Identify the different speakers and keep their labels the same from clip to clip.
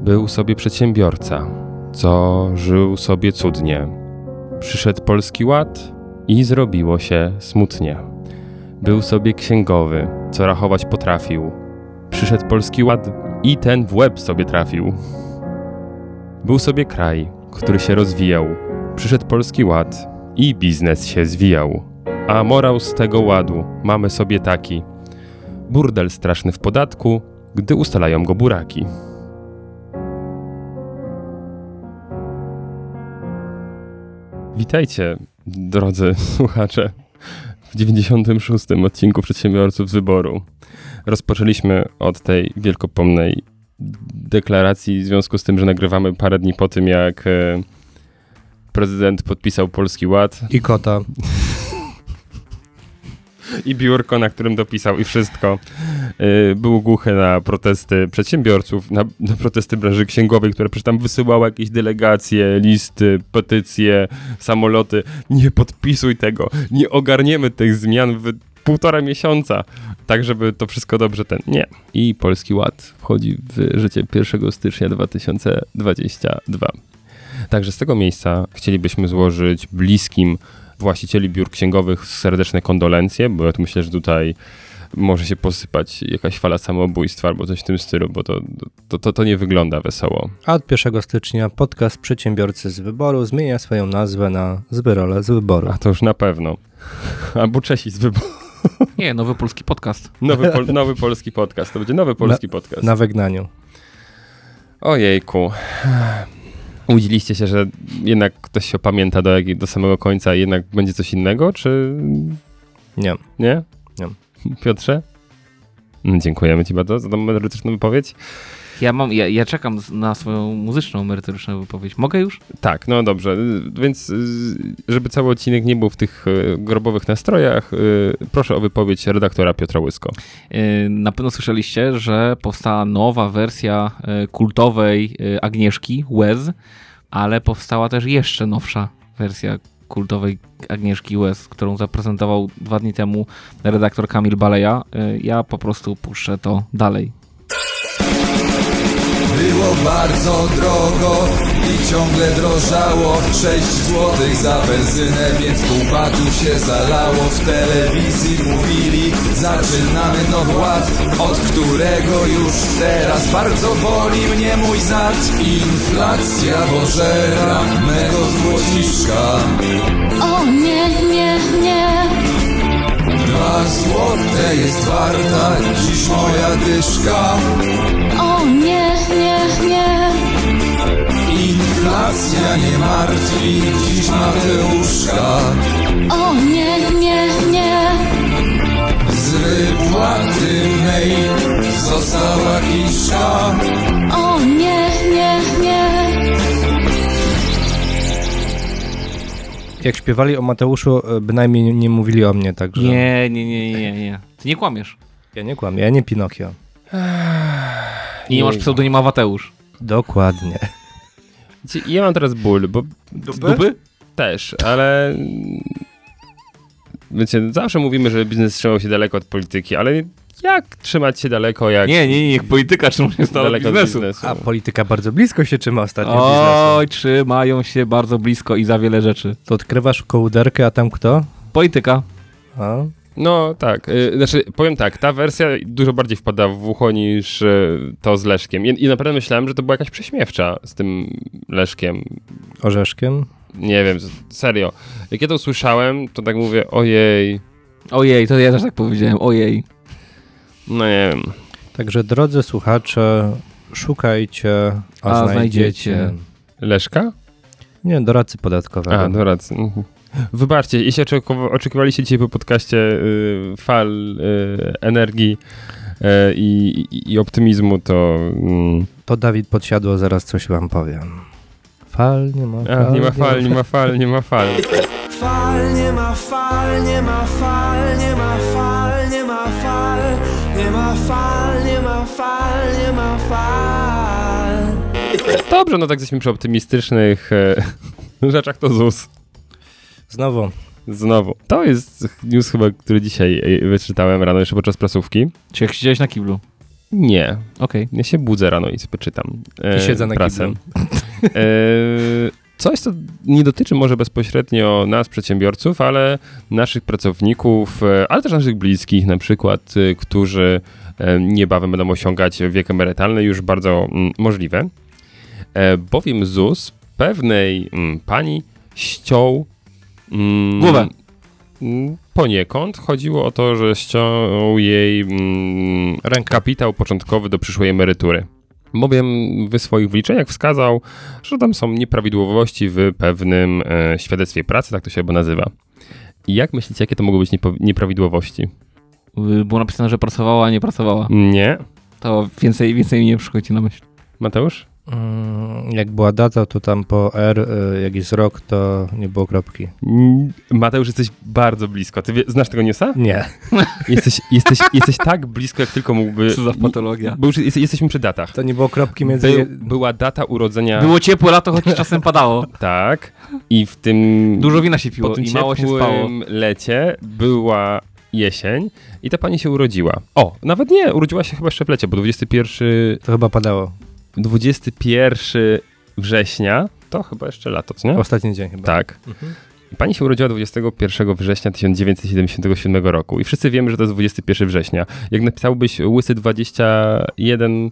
Speaker 1: Był sobie przedsiębiorca, co żył sobie cudnie. Przyszedł Polski Ład i zrobiło się smutnie. Był sobie księgowy, co rachować potrafił. Przyszedł Polski Ład i ten w łeb sobie trafił. Był sobie kraj, który się rozwijał. Przyszedł Polski Ład i biznes się zwijał. A morał z tego ładu mamy sobie taki. Burdel straszny w podatku, gdy ustalają go buraki. Witajcie, drodzy słuchacze, w 96. odcinku Przedsiębiorców z Wyboru. Rozpoczęliśmy od tej wielkopomnej deklaracji w związku z tym, że nagrywamy parę dni po tym, jak prezydent podpisał Polski Ład.
Speaker 2: I kota.
Speaker 1: I biurko, na którym dopisał, i wszystko. Był głuchy na protesty przedsiębiorców, na protesty branży księgowej, która przecież tam wysyłała jakieś delegacje, listy, petycje, samoloty. Nie podpisuj tego, nie ogarniemy tych zmian w 1,5 miesiąca, tak żeby to wszystko dobrze Nie. I Polski Ład wchodzi w życie 1 stycznia 2022. Także z tego miejsca chcielibyśmy złożyć bliskim właścicieli biur księgowych serdeczne kondolencje, bo ja myślę, że tutaj może się posypać jakaś fala samobójstwa albo coś w tym stylu, bo to nie wygląda wesoło.
Speaker 2: A od 1 stycznia podcast Przedsiębiorcy z Wyboru zmienia swoją nazwę na Zbyrole z Wyboru.
Speaker 1: A to już na pewno. Albo Czesi z Wyboru.
Speaker 3: Nie, nowy polski podcast.
Speaker 1: Nowy polski podcast. To będzie nowy polski podcast.
Speaker 2: Na wygnaniu.
Speaker 1: Ojejku. Łudziliście się, że jednak ktoś się opamięta do samego końca i jednak będzie coś innego, czy...
Speaker 2: Nie.
Speaker 1: Nie?
Speaker 2: Nie.
Speaker 1: Piotrze? Dziękujemy ci bardzo za tą merytoryczną wypowiedź.
Speaker 3: Ja czekam na swoją muzyczną, merytoryczną wypowiedź. Mogę już?
Speaker 1: Tak, no dobrze. Więc żeby cały odcinek nie był w tych grobowych nastrojach, proszę o wypowiedź redaktora Piotra Łysko.
Speaker 3: Na pewno słyszeliście, że powstała nowa wersja kultowej Agnieszki, Łez, ale powstała też jeszcze nowsza wersja kultowej Agnieszki Łez, którą zaprezentował 2 dni temu redaktor Kamil Baleja. Ja po prostu puszczę to dalej.
Speaker 4: Było bardzo drogo i ciągle drożało 6 złotych za benzynę, więc pół batu się zalało. W telewizji mówili, zaczynamy nowy ład, od którego już teraz bardzo boli mnie mój zad. Inflacja pożera mego złociszka.
Speaker 5: O nie, nie, nie.
Speaker 4: 2 złote jest warta dziś moja dyszka.
Speaker 5: O nie, nie, nie.
Speaker 4: Inflacja nie martwi dziś Mateuszka.
Speaker 5: O nie, nie, nie.
Speaker 4: Z wypłaty mej została kiszka.
Speaker 5: O nie, nie, nie.
Speaker 2: Jak śpiewali o Mateuszu, bynajmniej nie mówili o mnie, także...
Speaker 3: Nie. Ty nie kłamiesz.
Speaker 2: Ja nie kłamię, ja nie Pinokio.
Speaker 3: I nie masz pseudonima Mateusz.
Speaker 2: Dokładnie.
Speaker 1: Ja mam teraz ból, bo...
Speaker 3: Dupy?
Speaker 1: Też, ale... Wiecie, zawsze mówimy, że biznes trzymał się daleko od polityki, ale jak trzymać się daleko, jak...
Speaker 3: Nie, niech polityka trzyma się stale od biznesu.
Speaker 2: A polityka bardzo blisko się trzyma ostatnio
Speaker 3: Oj,
Speaker 2: biznesu.
Speaker 3: trzymają się bardzo blisko i za wiele rzeczy.
Speaker 2: To odkrywasz kołderkę, a tam kto?
Speaker 3: Polityka.
Speaker 2: A?
Speaker 1: No tak, powiem tak, ta wersja dużo bardziej wpada w ucho niż to z Leszkiem. I naprawdę myślałem, że to była jakaś prześmiewcza z tym Leszkiem.
Speaker 2: Orzeszkiem?
Speaker 1: Nie wiem, serio. Jak ja to usłyszałem, to tak mówię, ojej.
Speaker 3: Ojej, to ja też tak powiedziałem, ojej.
Speaker 1: No nie wiem.
Speaker 2: Także drodzy słuchacze, szukajcie, a znajdziecie.
Speaker 1: Leszka?
Speaker 2: Nie, doradcy podatkowego.
Speaker 1: A, doradcy. Wybaczcie, jeśli oczekiwaliście dzisiaj po podcaście fal energii i optymizmu, to...
Speaker 2: To Dawid Podsiadło zaraz coś wam powiem. Fal, nie ma fal.
Speaker 1: Nie ma fal, nie ma fal, nie ma fal.
Speaker 4: Fal, nie ma fal, nie ma fal, nie ma fal, nie ma fal, nie ma fal, nie ma fal, nie ma fal.
Speaker 1: Dobrze, no tak jesteśmy przy optymistycznych rzeczach, to ZUS. Znowu. To jest news chyba, który dzisiaj wyczytałem rano jeszcze podczas prasówki.
Speaker 3: Czy jak siedziałeś na kiblu?
Speaker 1: Nie.
Speaker 3: Okej.
Speaker 1: Ja się budzę rano i sobie czytam
Speaker 2: I siedzę na
Speaker 1: prasę.
Speaker 2: kiblu.
Speaker 1: Coś, co nie dotyczy może bezpośrednio nas, przedsiębiorców, ale naszych pracowników, ale też naszych bliskich, na przykład, którzy niebawem będą osiągać wiek emerytalny, już bardzo możliwe. Bowiem ZUS pewnej pani ściął
Speaker 3: Głowę.
Speaker 1: Poniekąd chodziło o to, że ściął jej kapitał początkowy do przyszłej emerytury. Bowiem w swoich wliczeniach wskazał, że tam są nieprawidłowości w pewnym świadectwie pracy, tak to się chyba nazywa. I jak myślicie, jakie to mogły być nieprawidłowości?
Speaker 3: Było napisane, że pracowała, a nie pracowała.
Speaker 1: Nie.
Speaker 3: To więcej mi nie przychodzi na myśl.
Speaker 1: Mateusz?
Speaker 2: Jak była data, to tam po R, jak jest rok, to nie było kropki.
Speaker 1: Mateusz, jesteś bardzo blisko. Ty znasz tego newsa?
Speaker 2: Nie.
Speaker 1: Jesteś tak blisko, jak tylko mógłby.
Speaker 3: Co za patologia.
Speaker 1: Bo już jesteśmy przy datach.
Speaker 2: To nie było kropki między...
Speaker 1: Była data urodzenia.
Speaker 3: Było ciepłe lato, choć czasem padało.
Speaker 1: Tak. I w tym.
Speaker 3: Dużo wina się piło
Speaker 1: po tym
Speaker 3: i mało się spało.
Speaker 1: ciepłym lecie była jesień i ta pani się urodziła. O, nawet nie, urodziła się chyba jeszcze w lecie, bo 21
Speaker 2: To chyba padało.
Speaker 1: 21 września to chyba jeszcze lato, co nie?
Speaker 2: Ostatni dzień chyba.
Speaker 1: Tak. Pani się urodziła 21 września 1977 roku i wszyscy wiemy, że to jest 21 września. Jak napisałbyś łysy 21,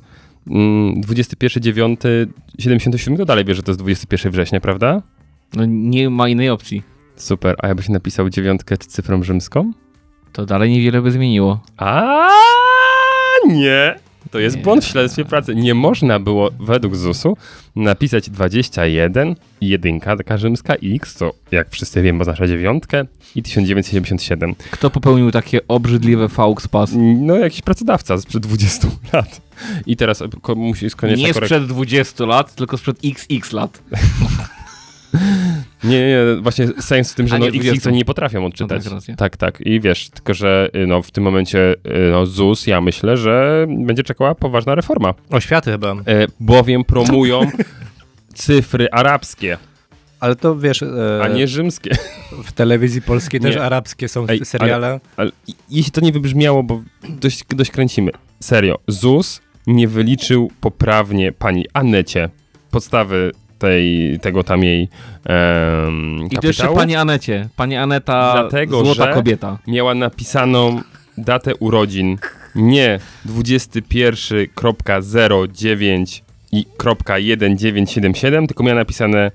Speaker 1: 21/9/77, to dalej wiesz, że to jest 21 września, prawda?
Speaker 3: No nie ma innej opcji.
Speaker 1: Super, a jakbyś napisał 9 cyfrą rzymską?
Speaker 3: To dalej niewiele by zmieniło.
Speaker 1: A nie! To jest błąd w śledztwie pracy. Nie można było według ZUS-u napisać 21 i 1 taka rzymska X, co jak wszyscy wiemy oznacza 9 i 1977.
Speaker 3: Kto popełnił takie obrzydliwe faux pas?
Speaker 1: No jakiś pracodawca sprzed 20 lat. I teraz musi skoniecznie
Speaker 3: Nie sprzed 20 lat, tylko sprzed XX lat.
Speaker 1: Nie, właśnie sens w tym, że
Speaker 3: A
Speaker 1: no
Speaker 3: nie,
Speaker 1: XX
Speaker 3: 20.
Speaker 1: nie potrafią odczytać.
Speaker 3: No tak, rację.
Speaker 1: Tak. I wiesz, tylko że no, w tym momencie no, ZUS, ja myślę, że będzie czekała poważna reforma.
Speaker 2: Oświaty chyba.
Speaker 1: Bowiem promują cyfry arabskie,
Speaker 2: Ale to wiesz,
Speaker 1: a nie rzymskie.
Speaker 2: w telewizji polskiej też
Speaker 1: Nie.
Speaker 2: arabskie są
Speaker 1: Ej,
Speaker 2: seriale.
Speaker 1: Ale jeśli to nie wybrzmiało, bo dość kręcimy. Serio, ZUS nie wyliczył poprawnie pani Anecie podstawy tego tam jej
Speaker 3: I to jeszcze
Speaker 1: kapitału.
Speaker 3: pani Anecie. Pani Aneta,
Speaker 1: Dlatego,
Speaker 3: złota
Speaker 1: że
Speaker 3: kobieta.
Speaker 1: Miała napisaną datę urodzin nie 21.09 i .1977, tylko miała napisane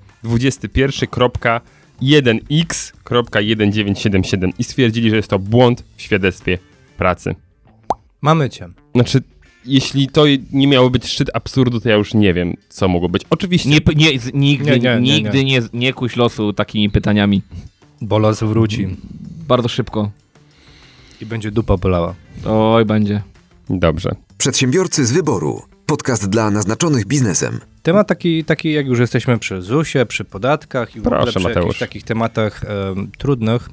Speaker 1: 21.1x.1977 i stwierdzili, że jest to błąd w świadectwie pracy.
Speaker 2: Mamy cię.
Speaker 1: Znaczy, jeśli to nie miało być szczyt absurdu, to ja już nie wiem, co mogło być. Oczywiście.
Speaker 3: Nigdy nie kuś losu takimi pytaniami.
Speaker 2: Bo los wróci
Speaker 3: Bardzo szybko.
Speaker 2: i będzie dupa bolała.
Speaker 3: Oj, będzie.
Speaker 1: Dobrze.
Speaker 6: Przedsiębiorcy z wyboru. Podcast dla naznaczonych biznesem.
Speaker 2: Temat taki, jak już jesteśmy przy ZUS-ie, przy podatkach i w ogóle
Speaker 1: Proszę,
Speaker 2: przy
Speaker 1: Mateusz.
Speaker 2: jakichś takich tematach trudnych.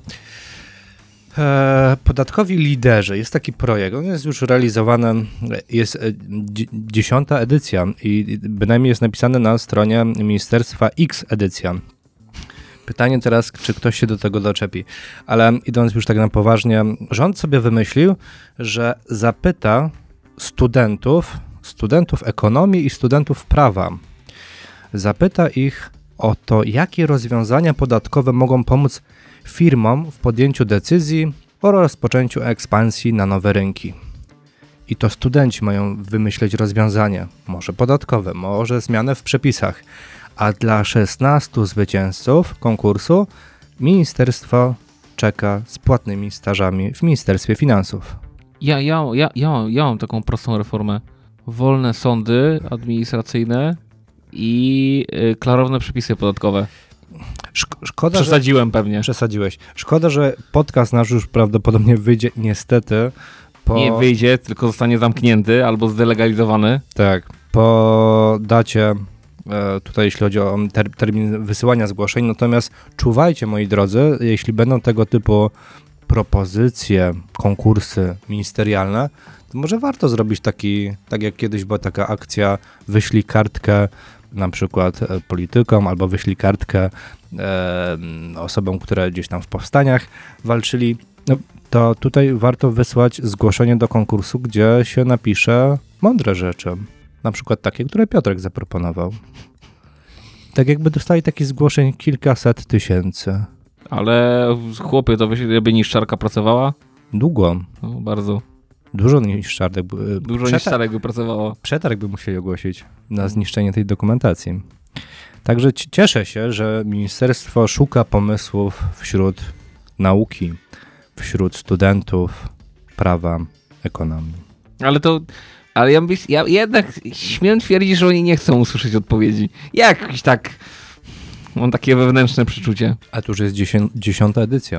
Speaker 2: Podatkowi liderzy. Jest taki projekt, on jest już realizowany, jest 10. edycja i bynajmniej jest napisane na stronie Ministerstwa X edycja. Pytanie teraz, czy ktoś się do tego doczepi. Ale idąc już tak na poważnie, rząd sobie wymyślił, że zapyta studentów ekonomii i studentów prawa. Zapyta ich o to, jakie rozwiązania podatkowe mogą pomóc firmom w podjęciu decyzji o rozpoczęciu ekspansji na nowe rynki. I to studenci mają wymyśleć rozwiązania, może podatkowe, może zmianę w przepisach. A dla 16 zwycięzców konkursu ministerstwo czeka z płatnymi stażami w Ministerstwie Finansów.
Speaker 3: Ja mam taką prostą reformę. Wolne sądy administracyjne i klarowne przepisy podatkowe.
Speaker 2: Szkoda,
Speaker 3: Przesadziłem pewnie.
Speaker 2: Przesadziłeś. Szkoda, że podcast nasz już prawdopodobnie wyjdzie niestety
Speaker 3: Nie wyjdzie, tylko zostanie zamknięty albo zdelegalizowany.
Speaker 2: Tak, po dacie, tutaj jeśli chodzi o termin wysyłania zgłoszeń, natomiast czuwajcie, moi drodzy, jeśli będą tego typu propozycje, konkursy ministerialne, to może warto zrobić tak jak kiedyś była taka akcja, wyślij kartkę na przykład politykom, albo wyślij kartkę osobom, które gdzieś tam w powstaniach walczyli. To tutaj warto wysłać zgłoszenie do konkursu, gdzie się napisze mądre rzeczy. Na przykład takie, które Piotrek zaproponował. Tak jakby dostali takich zgłoszeń kilkaset tysięcy.
Speaker 3: Ale chłopie, to by niszczarka pracowała?
Speaker 2: Długo.
Speaker 3: No, bardzo.
Speaker 2: Dużo niszczarek.
Speaker 3: Dużo niszczarek by pracowało.
Speaker 2: Przetarg by musieli ogłosić na zniszczenie tej dokumentacji. Także cieszę się, że ministerstwo szuka pomysłów wśród nauki, wśród studentów prawa, ekonomii.
Speaker 3: Ale ja jednak śmiem twierdzić, że oni nie chcą usłyszeć odpowiedzi. Jakoś tak mam takie wewnętrzne przeczucie.
Speaker 2: A tu już jest 10. edycja.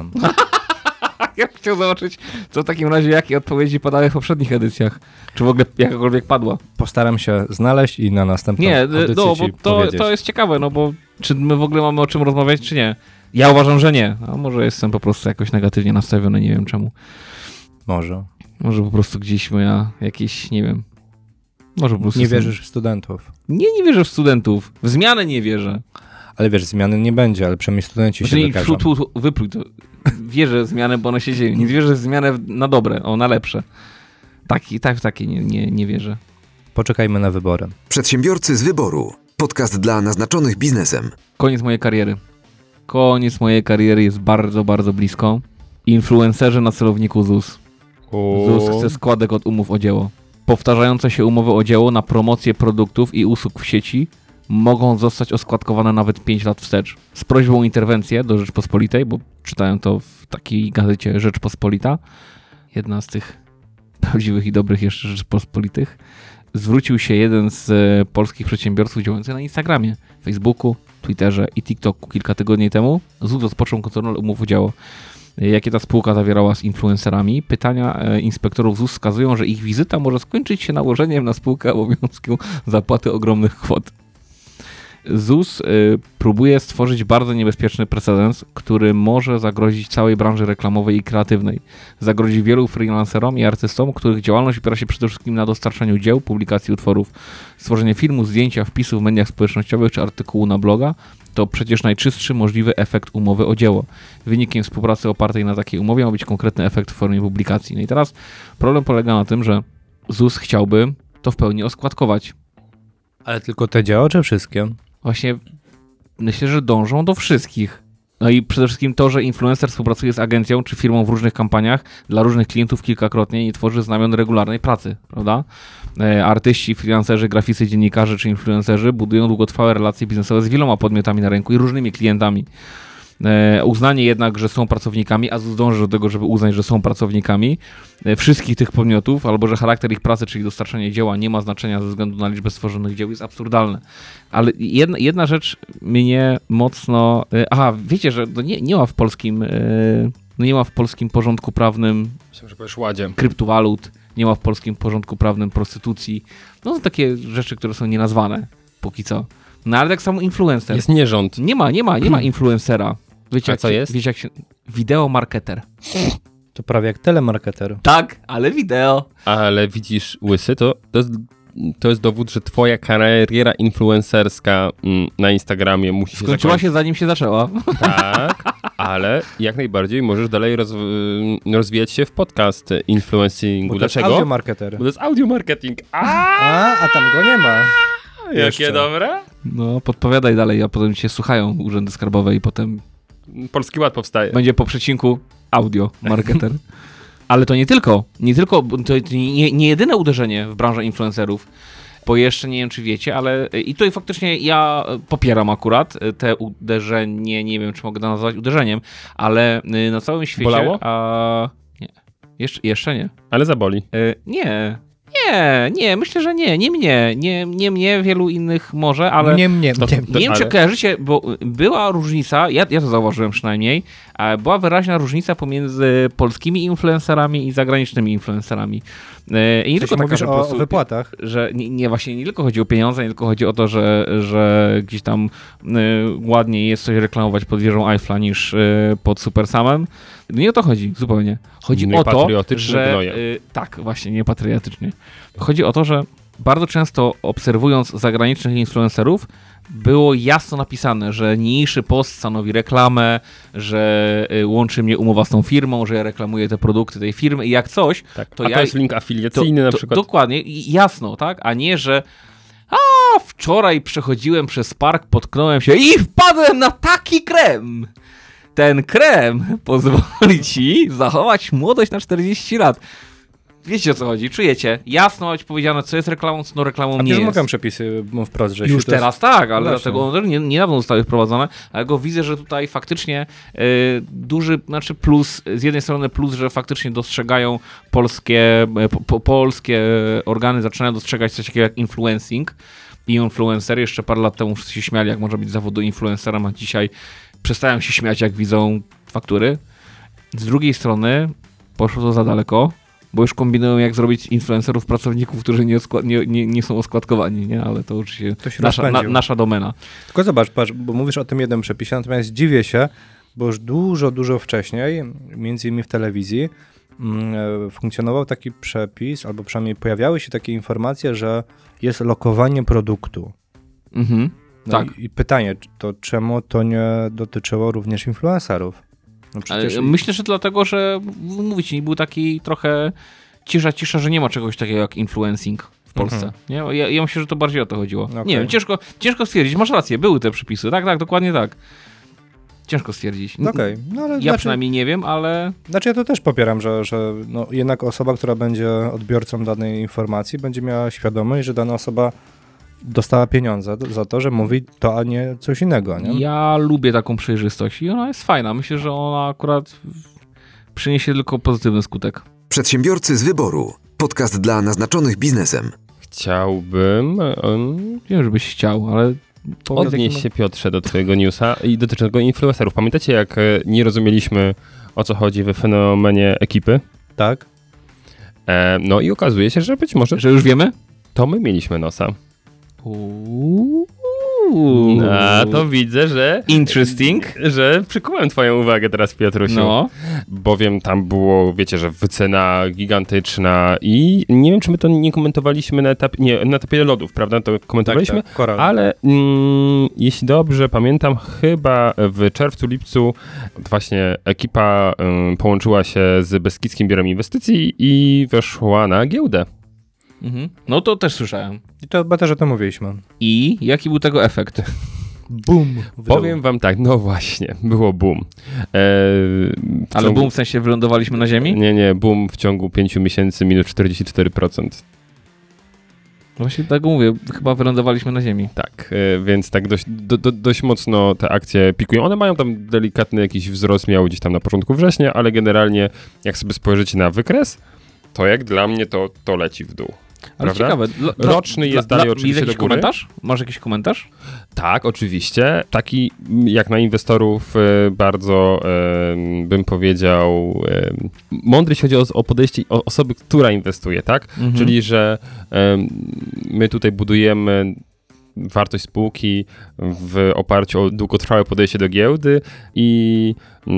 Speaker 3: Ja bym chciał zobaczyć, co w takim razie, jakie odpowiedzi padały w poprzednich edycjach. Czy w ogóle jakakolwiek padła.
Speaker 2: Postaram się znaleźć i na następną audycję
Speaker 3: bo
Speaker 2: ci powiedzieć.
Speaker 3: to jest ciekawe, no bo czy my w ogóle mamy o czym rozmawiać, czy nie? Ja uważam, że nie. A może jestem po prostu jakoś negatywnie nastawiony, nie wiem czemu.
Speaker 2: Może.
Speaker 3: Może po prostu gdzieś moja jakieś, nie wiem. Może po prostu
Speaker 2: Nie wierzysz w studentów.
Speaker 3: Nie wierzę w studentów. W zmianę nie wierzę.
Speaker 2: Ale wiesz, zmiany nie będzie, ale przynajmniej studenci się wykażą.
Speaker 3: Wypluj to. Wierzę w zmianę, bo one się dzieją. Nie wierzę w zmianę na dobre, na lepsze. W takie nie wierzę.
Speaker 2: Poczekajmy na wybory.
Speaker 6: Przedsiębiorcy z wyboru. Podcast dla naznaczonych biznesem.
Speaker 3: Koniec mojej kariery. Koniec mojej kariery jest bardzo, bardzo blisko. Influencerzy na celowniku ZUS. ZUS chce składek od umów o dzieło. Powtarzające się umowy o dzieło na promocję produktów i usług w sieci mogą zostać oskładkowane nawet 5 lat wstecz. Z prośbą o interwencję do Rzeczpospolitej, bo czytałem to w takiej gazecie Rzeczpospolita, jedna z tych prawdziwych i dobrych jeszcze Rzeczpospolitych, zwrócił się jeden z polskich przedsiębiorców działających na Instagramie, Facebooku, Twitterze i TikToku kilka tygodni temu. ZUS rozpoczął kontrolę umów o dzieło, jakie ta spółka zawierała z influencerami. Pytania inspektorów ZUS wskazują, że ich wizyta może skończyć się nałożeniem na spółkę obowiązku zapłaty ogromnych kwot. ZUS próbuje stworzyć bardzo niebezpieczny precedens, który może zagrozić całej branży reklamowej i kreatywnej. Zagrozi wielu freelancerom i artystom, których działalność opiera się przede wszystkim na dostarczaniu dzieł, publikacji utworów. Stworzenie filmu, zdjęcia, wpisu w mediach społecznościowych czy artykułu na bloga to przecież najczystszy możliwy efekt umowy o dzieło. Wynikiem współpracy opartej na takiej umowie ma być konkretny efekt w formie publikacji. No i teraz problem polega na tym, że ZUS chciałby to w pełni oskładkować.
Speaker 2: Ale tylko te dzieła, czy wszystkie?
Speaker 3: Właśnie myślę, że dążą do wszystkich. No i przede wszystkim to, że influencer współpracuje z agencją czy firmą w różnych kampaniach dla różnych klientów kilkakrotnie nie tworzy znamion regularnej pracy, prawda? Artyści, freelancerzy, graficy, dziennikarze czy influencerzy budują długotrwałe relacje biznesowe z wieloma podmiotami na rynku i różnymi klientami. Uznanie jednak, że są pracownikami, a ZUS dąży do tego, żeby uznać, że są pracownikami wszystkich tych podmiotów, albo że charakter ich pracy, czyli dostarczanie dzieła nie ma znaczenia ze względu na liczbę stworzonych dzieł, jest absurdalne. Ale jedna rzecz mnie mocno... wiecie, że to nie ma w polskim... nie ma w polskim porządku prawnym
Speaker 1: Myślę, że powiesz ładzie.
Speaker 3: kryptowalut, nie ma w polskim porządku prawnym prostytucji. No to takie rzeczy, które są nienazwane póki co. No ale tak samo influencer.
Speaker 1: Jest nierząd.
Speaker 3: Nie ma influencera. Wiecie,
Speaker 1: A co jest?
Speaker 3: Wiecie, jak się... Wideomarketer.
Speaker 2: To prawie jak telemarketer.
Speaker 3: Tak, ale wideo.
Speaker 1: Ale widzisz, Łysy, to jest dowód, że twoja kariera influencerska na Instagramie musi się
Speaker 3: Skończyła
Speaker 1: zakończyć.
Speaker 3: się zanim się zaczęła.
Speaker 1: Tak, ale jak najbardziej możesz dalej rozwijać się w podcast influencingu.
Speaker 2: Bo to jest
Speaker 1: Dlaczego?
Speaker 2: audiomarketer.
Speaker 1: Bo to jest audio marketing.
Speaker 2: A tam go nie ma.
Speaker 1: Jakie
Speaker 2: Jeszcze.
Speaker 1: dobre?
Speaker 3: No, podpowiadaj dalej, a potem cię słuchają urzędy skarbowe i potem
Speaker 1: Polski Ład powstaje.
Speaker 3: będzie po przecinku audio marketer. Ale to nie tylko, to nie jedyne uderzenie w branżę influencerów, bo jeszcze nie wiem, czy wiecie, ale i tutaj faktycznie ja popieram akurat te uderzenie, nie wiem, czy mogę to nazwać uderzeniem, ale na całym świecie...
Speaker 1: Bolało?
Speaker 3: Nie. Jeszcze nie.
Speaker 1: Ale zaboli.
Speaker 3: Nie, myślę, że nie mnie, wielu innych może, ale...
Speaker 2: Nie.
Speaker 3: Nie wiem, czy
Speaker 1: ale-
Speaker 3: kojarzycie, bo była różnica, ja to zauważyłem przynajmniej, była wyraźna różnica pomiędzy polskimi influencerami i zagranicznymi influencerami. I nie tylko taka,
Speaker 2: mówisz
Speaker 3: że po
Speaker 2: o
Speaker 3: prostu,
Speaker 2: wypłatach.
Speaker 3: że właśnie nie tylko chodzi o pieniądze, nie tylko chodzi o to, że gdzieś tam ładniej jest coś reklamować pod wieżą Eiffla niż pod Super Samem. Nie o to chodzi zupełnie. Chodzi o to,
Speaker 1: Niepatriotyczne
Speaker 3: że...
Speaker 1: gnoje.
Speaker 3: tak, właśnie, niepatriotycznie. Chodzi o to, że bardzo często obserwując zagranicznych influencerów, było jasno napisane, że niniejszy post stanowi reklamę, że łączy mnie umowa z tą firmą, że ja reklamuję te produkty tej firmy i jak coś,
Speaker 1: Tak.
Speaker 3: to
Speaker 1: A to jest link afiliacyjny na przykład.
Speaker 3: Dokładnie, i jasno, tak? A nie, że wczoraj przechodziłem przez park, potknąłem się i wpadłem na taki krem. Ten krem pozwoli ci zachować młodość na 40 lat. Wiecie, o co chodzi, czujecie. Jasno ma być powiedziane, co jest reklamą, co reklamą nie
Speaker 2: już
Speaker 3: jest.
Speaker 2: mówią przepisy wprost, że
Speaker 3: Już teraz tak, ale
Speaker 2: Właśnie.
Speaker 3: dlatego one niedawno zostały wprowadzone, ale go widzę, że tutaj faktycznie duży, znaczy plus, z jednej strony plus, że faktycznie dostrzegają polskie organy, zaczynają dostrzegać coś takiego jak influencing i influencer. Jeszcze parę lat temu wszyscy się śmiali, jak może być zawodu influencerem, a dzisiaj przestają się śmiać, jak widzą faktury. Z drugiej strony poszło to za daleko, bo już kombinują, jak zrobić influencerów pracowników, którzy nie są oskładkowani, nie? Ale to już się nasza domena.
Speaker 2: Tylko zobacz, patrz, bo mówisz o tym jednym przepisie, natomiast dziwię się, bo już dużo wcześniej, między innymi w telewizji, funkcjonował taki przepis, albo przynajmniej pojawiały się takie informacje, że jest lokowanie produktu.
Speaker 3: Mhm.
Speaker 2: No
Speaker 3: Tak.
Speaker 2: I pytanie, to czemu to nie dotyczyło również influencerów? No przecież
Speaker 3: Myślę, że dlatego, że mówicie, był taki trochę cisza, że nie ma czegoś takiego jak influencing w Polsce. Nie? Ja myślę, że to bardziej o to chodziło.
Speaker 2: Okay.
Speaker 3: Nie wiem, ciężko stwierdzić. Masz rację, były te przepisy. Tak, dokładnie tak. Ciężko stwierdzić.
Speaker 2: Okej. No, ale
Speaker 3: Ja przynajmniej nie wiem, ale...
Speaker 2: Znaczy ja to też popieram, że no, jednak osoba, która będzie odbiorcą danej informacji, będzie miała świadomość, że dana osoba dostała pieniądze za to, że mówi to, a nie coś innego, nie?
Speaker 3: Ja lubię taką przejrzystość i ona jest fajna. Myślę, że ona akurat przyniesie tylko pozytywny skutek.
Speaker 6: Przedsiębiorcy z wyboru. Podcast dla naznaczonych biznesem.
Speaker 1: Chciałbym
Speaker 3: Wiem, żebyś chciał, ale...
Speaker 1: odnieść się, Piotrze, do twojego newsa i dotyczącego influencerów. Pamiętacie, jak nie rozumieliśmy, o co chodzi w fenomenie ekipy?
Speaker 2: Tak?
Speaker 1: No i okazuje się, że być może
Speaker 3: Że już wiemy?
Speaker 1: to my mieliśmy nosa. A to widzę, że...
Speaker 3: Interesting.
Speaker 1: Że przykułem twoją uwagę teraz, Piotrusiu.
Speaker 3: No.
Speaker 1: Bowiem tam było, wiecie, że wycena gigantyczna i nie wiem, czy my to nie komentowaliśmy na etapie lodów, prawda? To komentowaliśmy,
Speaker 2: Tak, Koral.
Speaker 1: ale jeśli dobrze pamiętam, chyba w czerwcu, lipcu właśnie ekipa połączyła się z Beskidzkim Biurem Inwestycji i weszła na giełdę.
Speaker 3: Mhm. No to też słyszałem.
Speaker 2: I to chyba też o tym mówiliśmy.
Speaker 3: I jaki był tego efekt?
Speaker 2: Boom.
Speaker 1: Powiem wam tak, no właśnie, było boom.
Speaker 3: Ale boom w sensie wylądowaliśmy na ziemi?
Speaker 1: Nie, boom w ciągu 5 miesięcy minus 44%.
Speaker 3: Właśnie tak mówię, chyba wylądowaliśmy na ziemi.
Speaker 1: Tak, więc tak dość mocno te akcje pikują. One mają tam delikatny jakiś wzrost, miał gdzieś tam na początku września, ale generalnie jak sobie spojrzycie na wykres, to jak dla mnie to leci w dół.
Speaker 3: Ale
Speaker 1: Prawda?
Speaker 3: ciekawe.
Speaker 1: Roczny jest dalej oczywiście do góry.
Speaker 3: Komentarz? Masz jakiś komentarz?
Speaker 1: Tak, oczywiście. Taki jak na inwestorów bardzo bym powiedział mądry, jeśli chodzi o podejście osoby, która inwestuje, tak? Czyli, że my tutaj budujemy wartość spółki w oparciu o długotrwałe podejście do giełdy i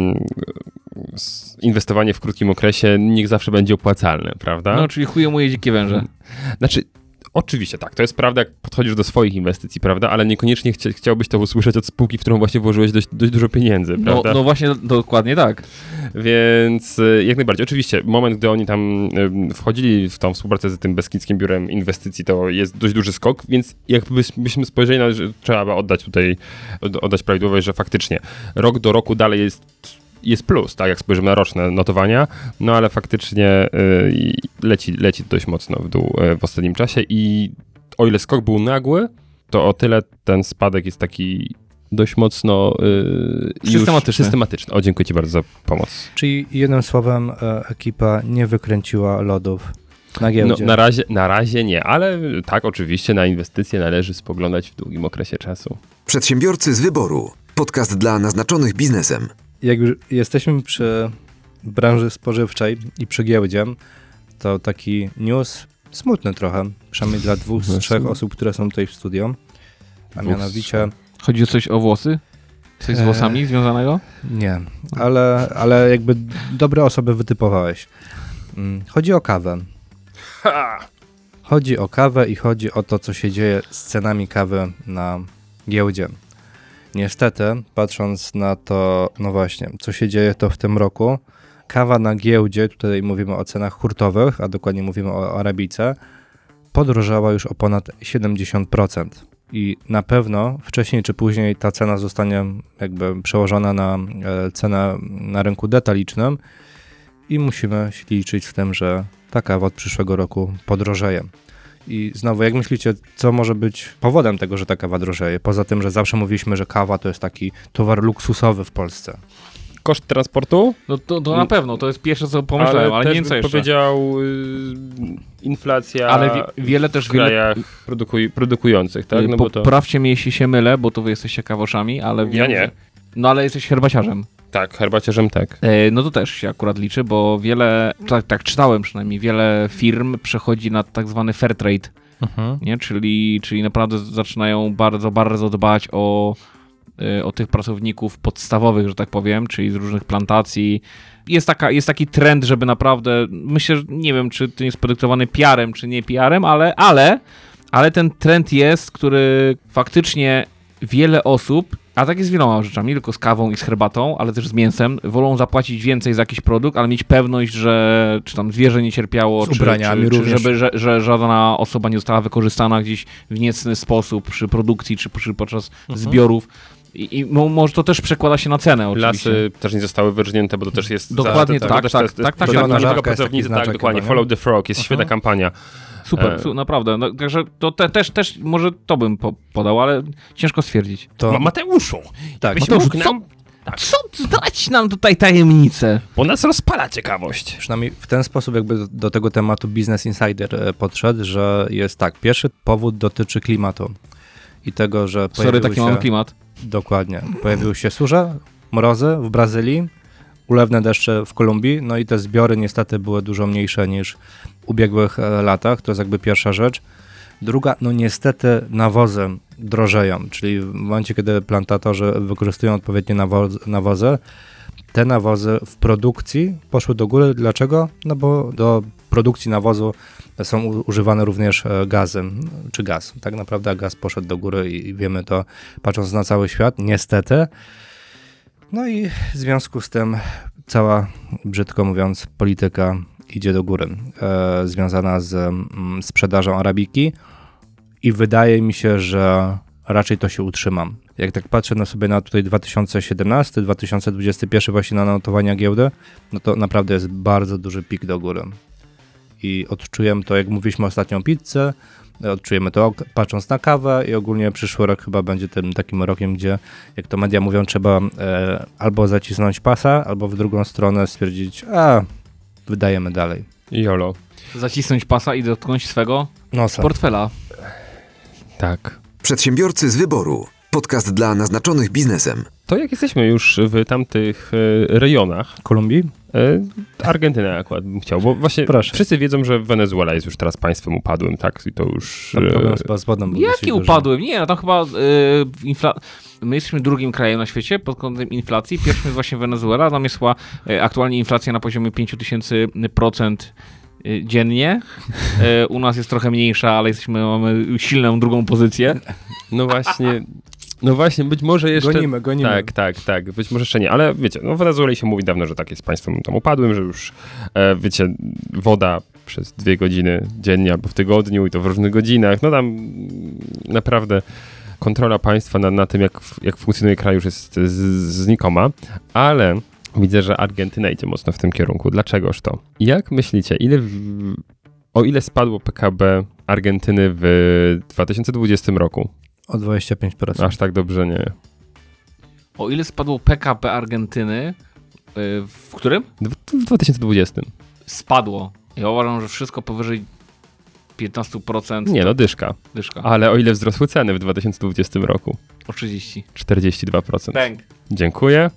Speaker 1: inwestowanie w krótkim okresie niech zawsze będzie opłacalne, prawda?
Speaker 3: No, czyli chuje moje dzikie węże.
Speaker 1: Znaczy, oczywiście tak, to jest prawda, jak podchodzisz do swoich inwestycji, prawda, ale niekoniecznie chciałbyś to usłyszeć od spółki, w którą właśnie włożyłeś dość dużo pieniędzy, prawda?
Speaker 3: No właśnie, dokładnie tak.
Speaker 1: Więc jak najbardziej. Oczywiście moment, gdy oni tam wchodzili w tą współpracę z tym Beskidzkim Biurem Inwestycji, to jest dość duży skok, więc jakbyśmy spojrzeli na, że trzeba oddać prawidłowość, że faktycznie rok do roku dalej jest plus, tak, jak spojrzymy na roczne notowania, no ale faktycznie leci dość mocno w dół w ostatnim czasie i o ile skok był nagły, to o tyle ten spadek jest taki dość mocno systematyczny. O, dziękuję ci bardzo za pomoc.
Speaker 2: Czyli jednym słowem ekipa nie wykręciła lodów na giełdzie.
Speaker 1: No, na razie nie, ale tak, oczywiście na inwestycje należy spoglądać w długim okresie czasu.
Speaker 6: Przedsiębiorcy z wyboru. Podcast dla naznaczonych biznesem.
Speaker 2: Jak już jesteśmy przy branży spożywczej i przy giełdzie, to taki news smutny trochę, przynajmniej dla 2 z 3 osób, które są tutaj w studio, a mianowicie...
Speaker 3: Chodzi o coś o włosy? Coś z włosami związanego?
Speaker 2: Nie, ale jakby dobre osoby wytypowałeś. Chodzi o kawę. Chodzi o kawę i chodzi o to, co się dzieje z cenami kawy na giełdzie. Niestety, patrząc na to, no właśnie, co się dzieje to w tym roku, kawa na giełdzie, tutaj mówimy o cenach hurtowych, a dokładnie mówimy o arabice, podrożała już o ponad 70%. I na pewno wcześniej czy później ta cena zostanie jakby przełożona na cenę na rynku detalicznym i musimy się liczyć z tym, że ta kawa od przyszłego roku podrożeje. I znowu, jak myślicie, co może być powodem tego, że ta kawa drożeje? Poza tym, że zawsze mówiliśmy, że kawa to jest taki towar luksusowy w Polsce.
Speaker 1: Koszt transportu?
Speaker 3: No to na pewno, to jest pierwsze, co pomyślałem, ale nie wiem co jeszcze.
Speaker 1: Powiedział inflacja
Speaker 3: ale wiele też
Speaker 1: w krajach produkujących, tak? No bo to...
Speaker 3: Poprawcie mnie, jeśli się mylę, bo to wy jesteście kawoszami, ale wiem,
Speaker 1: Ja nie.
Speaker 3: No ale jesteś herbaciarzem.
Speaker 1: Tak, herbaciarzem tak.
Speaker 3: No to też się akurat liczy, bo wiele, tak czytałem przynajmniej, wiele firm przechodzi na tak zwany fair trade, nie? Czyli naprawdę zaczynają bardzo, bardzo dbać o tych pracowników podstawowych, że tak powiem, czyli z różnych plantacji. Jest taki trend, żeby naprawdę, myślę, że nie wiem, czy to jest podyktowany PR-em, czy nie PR-em, ale ten trend jest, który faktycznie wiele osób, a tak jest z wieloma rzeczami, nie tylko z kawą i z herbatą, ale też z mięsem, wolą zapłacić więcej za jakiś produkt, ale mieć pewność, że czy tam zwierzę nie cierpiało,
Speaker 2: z ubraniami
Speaker 3: czy
Speaker 2: również.
Speaker 3: że żadna osoba nie została wykorzystana gdzieś w niecny sposób przy produkcji, czy podczas zbiorów. I może to też przekłada się na cenę oczywiście.
Speaker 1: Lasy też nie zostały wyrżnięte, bo to też jest...
Speaker 3: Dokładnie tak.
Speaker 2: Zielona
Speaker 1: Nie
Speaker 2: żabka
Speaker 1: tylko pracownicy, tak, dokładnie. Follow the frog, jest świetna kampania.
Speaker 3: Super, naprawdę. No, także to też może to bym podał, ale ciężko stwierdzić.
Speaker 2: To...
Speaker 1: Mateuszu,
Speaker 2: Tak,
Speaker 1: byś
Speaker 2: Mateusz,
Speaker 1: mógł nam...
Speaker 3: Co? Zdradź nam tutaj tajemnicę.
Speaker 1: Bo nas rozpala ciekawość.
Speaker 2: Przynajmniej w ten sposób jakby do tego tematu Business Insider podszedł, że jest tak, pierwszy powód dotyczy klimatu i tego, że
Speaker 3: Sorry, taki mamy klimat.
Speaker 2: Dokładnie. Pojawiły się susze, mrozy w Brazylii, ulewne deszcze w Kolumbii, no i te zbiory niestety były dużo mniejsze niż w ubiegłych latach, to jest jakby pierwsza rzecz. Druga, no niestety nawozy drożeją, czyli w momencie, kiedy plantatorzy wykorzystują odpowiednie nawozy, te nawozy w produkcji poszły do góry. Dlaczego? No bo do produkcji nawozu są używane również gazy, czy gaz. Tak naprawdę gaz poszedł do góry i wiemy to, patrząc na cały świat, niestety. No i w związku z tym cała, brzydko mówiąc, polityka idzie do góry, związana z sprzedażą arabiki i wydaje mi się, że raczej to się utrzyma. Jak tak patrzę na tutaj 2017, 2021 właśnie na notowania giełdy, no to naprawdę jest bardzo duży pik do góry. I odczujemy to, jak mówiliśmy ostatnio o pizzę, odczujemy to patrząc na kawę i ogólnie przyszły rok chyba będzie tym takim rokiem, gdzie, jak to media mówią, trzeba albo zacisnąć pasa, albo w drugą stronę stwierdzić, wydajemy dalej.
Speaker 1: Jolo.
Speaker 3: Zacisnąć pasa i dotknąć swego
Speaker 2: Nosa.
Speaker 3: portfela.
Speaker 1: Tak.
Speaker 6: Przedsiębiorcy z wyboru. Podcast dla naznaczonych biznesem.
Speaker 1: To jak jesteśmy już w tamtych rejonach,
Speaker 2: Kolumbii?
Speaker 1: Argentynę akurat bym chciał, bo właśnie
Speaker 2: Proszę.
Speaker 1: wszyscy wiedzą, że Wenezuela jest już teraz państwem upadłym, tak? I to już...
Speaker 2: Tam problem z wodą był dosyć
Speaker 3: Jaki
Speaker 2: duży.
Speaker 3: upadłem? Nie, no tam chyba my jesteśmy drugim krajem na świecie pod kątem inflacji. Pierwszym jest właśnie Wenezuela. Tam jest chyba aktualnie inflacja na poziomie 5000% dziennie. U nas jest trochę mniejsza, ale mamy silną drugą pozycję.
Speaker 1: No właśnie, być może jeszcze...
Speaker 2: Gonimy.
Speaker 1: Tak, być może jeszcze nie, ale wiecie, no w Wenezueli się mówi dawno, że tak jest państwem tam upadłym, że już, wiecie, woda przez 2 godziny dziennie albo w tygodniu i to w różnych godzinach, no tam naprawdę kontrola państwa na tym, jak funkcjonuje kraj już jest znikoma, ale widzę, że Argentyna idzie mocno w tym kierunku. Dlaczegoż to? Jak myślicie, o ile spadło PKB Argentyny w 2020 roku?
Speaker 2: O 25%.
Speaker 1: Aż tak dobrze nie.
Speaker 3: O ile spadło PKB Argentyny, w którym?
Speaker 1: W 2020.
Speaker 3: Spadło. Ja uważam, że wszystko powyżej 15%.
Speaker 1: Nie, no dyszka.
Speaker 3: Dyszka.
Speaker 1: Ale o ile wzrosły ceny w 2020 roku?
Speaker 3: O 30.
Speaker 1: 42%.
Speaker 3: Bang.
Speaker 1: Dziękuję.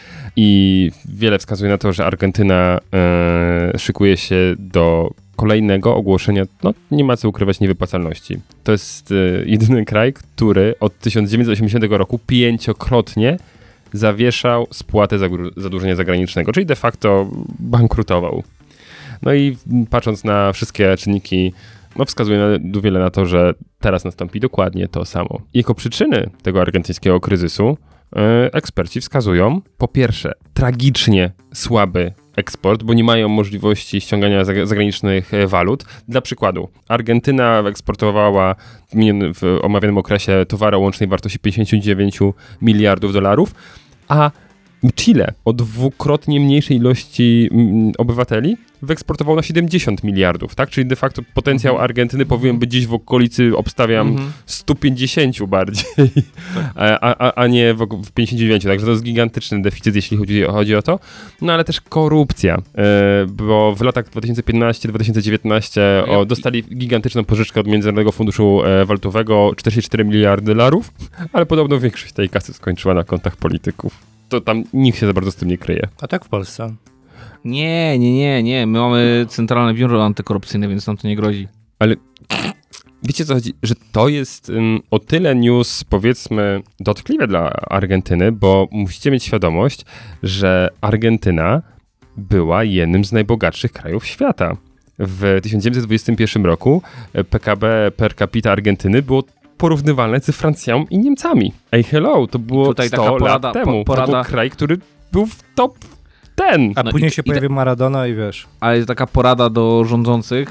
Speaker 1: I wiele wskazuje na to, że Argentyna szykuje się do kolejnego ogłoszenia, no nie ma co ukrywać, niewypłacalności. To jest jedyny kraj, który od 1980 roku 5-krotnie zawieszał spłatę zadłużenia zagranicznego, czyli de facto bankrutował. No i patrząc na wszystkie czynniki no, wskazuje wiele na to, że teraz nastąpi dokładnie to samo. Jako przyczyny tego argentyńskiego kryzysu eksperci wskazują, po pierwsze, tragicznie słaby eksport, bo nie mają możliwości ściągania zagranicznych walut. Dla przykładu, Argentyna eksportowała w omawianym okresie towary o łącznej wartości 59 miliardów dolarów, a Chile o dwukrotnie mniejszej ilości obywateli wyeksportował na 70 miliardów, tak? Czyli de facto potencjał Argentyny powinien być gdzieś w okolicy, obstawiam, 150 bardziej, a nie w 59, także to jest gigantyczny deficyt, jeśli chodzi o to. No ale też korupcja, bo w latach 2015-2019 dostali gigantyczną pożyczkę od Międzynarodowego Funduszu Walutowego, 44 miliardy dolarów, ale podobno większość tej kasy skończyła na kontach polityków. To tam nikt się za bardzo z tym nie kryje.
Speaker 2: A tak w Polsce?
Speaker 3: Nie. My mamy Centralne Biuro Antykorupcyjne, więc nam to nie grozi.
Speaker 1: Ale wiecie co chodzi? Że to jest o tyle news, powiedzmy, dotkliwe dla Argentyny, bo musicie mieć świadomość, że Argentyna była jednym z najbogatszych krajów świata. W 1921 roku PKB per capita Argentyny było porównywalne z Francją i Niemcami. Ej, hello, to było
Speaker 3: tutaj
Speaker 1: 100 lat temu. To był kraj, który był w top 10.
Speaker 2: A później się pojawił Maradona i wiesz.
Speaker 3: Ale jest taka porada do rządzących,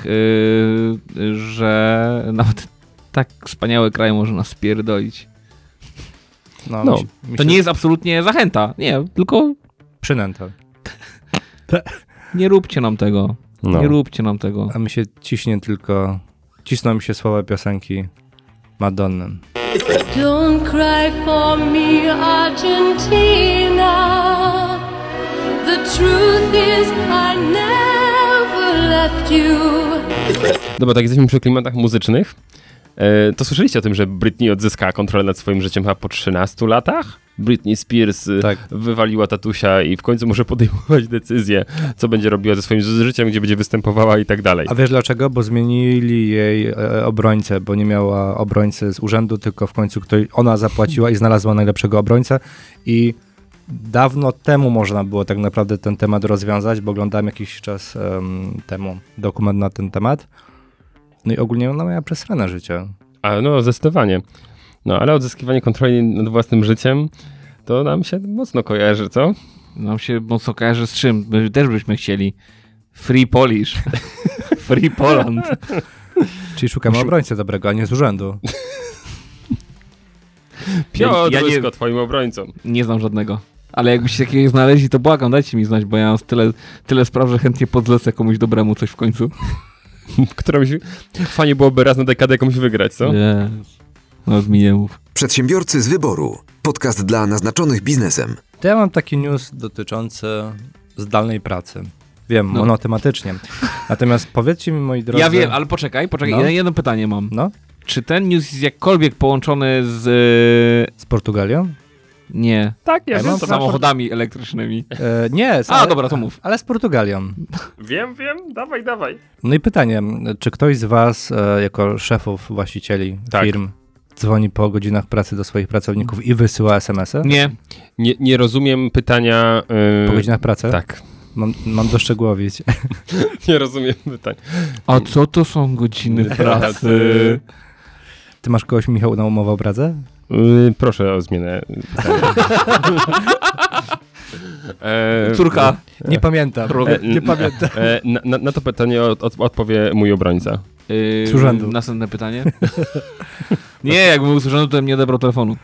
Speaker 3: że nawet tak wspaniały kraj może nas spierdolić.
Speaker 2: No.
Speaker 3: To nie jest absolutnie zachęta. Nie, tylko
Speaker 2: przynęta.
Speaker 3: nie róbcie nam tego.
Speaker 1: No.
Speaker 3: Nie róbcie nam tego.
Speaker 2: A mi się cisną mi się słowa piosenki Madonny.
Speaker 5: Don't cry for me, Argentina. The truth is I never left you.
Speaker 1: Dobra, tak jesteśmy przy klimatach muzycznych. To słyszeliście o tym, że Britney odzyskała kontrolę nad swoim życiem chyba po 13 latach? Britney Spears wywaliła tatusia i w końcu może podejmować decyzję, co będzie robiła ze swoim życiem, gdzie będzie występowała i tak dalej.
Speaker 2: A wiesz dlaczego? Bo zmienili jej obrońcę, bo nie miała obrońcy z urzędu, tylko w końcu ona zapłaciła i znalazła najlepszego obrońcę i dawno temu można było tak naprawdę ten temat rozwiązać, bo oglądałem jakiś czas temu dokument na ten temat. No i ogólnie ona miała przesrane życie.
Speaker 1: A no, zdecydowanie. No, ale odzyskiwanie kontroli nad własnym życiem to nam się mocno kojarzy, co?
Speaker 3: Nam się mocno kojarzy z czym? My też byśmy chcieli. Free Polish. Free Poland.
Speaker 2: Czyli szukamy obrońcy dobrego, a nie z urzędu.
Speaker 1: Piotr Łysko, twoim obrońcą.
Speaker 3: Nie znam żadnego. Ale jakbyście takiego znaleźli, to błagam, dajcie mi znać, bo ja mam tyle spraw, że chętnie podlecę komuś dobremu coś w końcu.
Speaker 1: Którąś fajnie byłoby raz na dekadę komuś wygrać, co?
Speaker 3: Nie. No, z mi nie mów.
Speaker 6: Przedsiębiorcy z wyboru. Podcast dla naznaczonych biznesem.
Speaker 2: To ja mam taki news dotyczący zdalnej pracy. Wiem, monotematycznie. Natomiast powiedzcie mi, moi drodzy...
Speaker 3: Ja wiem, ale poczekaj, jedno pytanie mam.
Speaker 2: No?
Speaker 3: Czy ten news jest jakkolwiek połączony z...
Speaker 2: Z Portugalią?
Speaker 3: Nie.
Speaker 1: Tak, ja wiem.
Speaker 3: Z samochodami elektrycznymi.
Speaker 2: Nie.
Speaker 3: Dobra, to mów.
Speaker 2: Ale z Portugalią.
Speaker 1: Wiem, dawaj.
Speaker 2: No i pytanie, czy ktoś z was, jako szefów, właścicieli firm, dzwoni po godzinach pracy do swoich pracowników i wysyła SMS-y?
Speaker 1: Nie rozumiem pytania...
Speaker 2: Po godzinach pracy?
Speaker 1: Tak.
Speaker 2: Mam doszczegółowić.
Speaker 1: Nie rozumiem pytań.
Speaker 3: A co to są godziny pracy?
Speaker 2: Ty masz kogoś, Michał, na umowę o pracę?
Speaker 1: Proszę o zmianę pytania.
Speaker 3: Córka.
Speaker 2: Nie pamiętam. Nie pamiętam.
Speaker 1: Na to pytanie odpowie mój obrońca.
Speaker 2: Z urzędu.
Speaker 3: Następne pytanie. Nie, jakbym był z urzędu, to bym nie odebrał telefonu.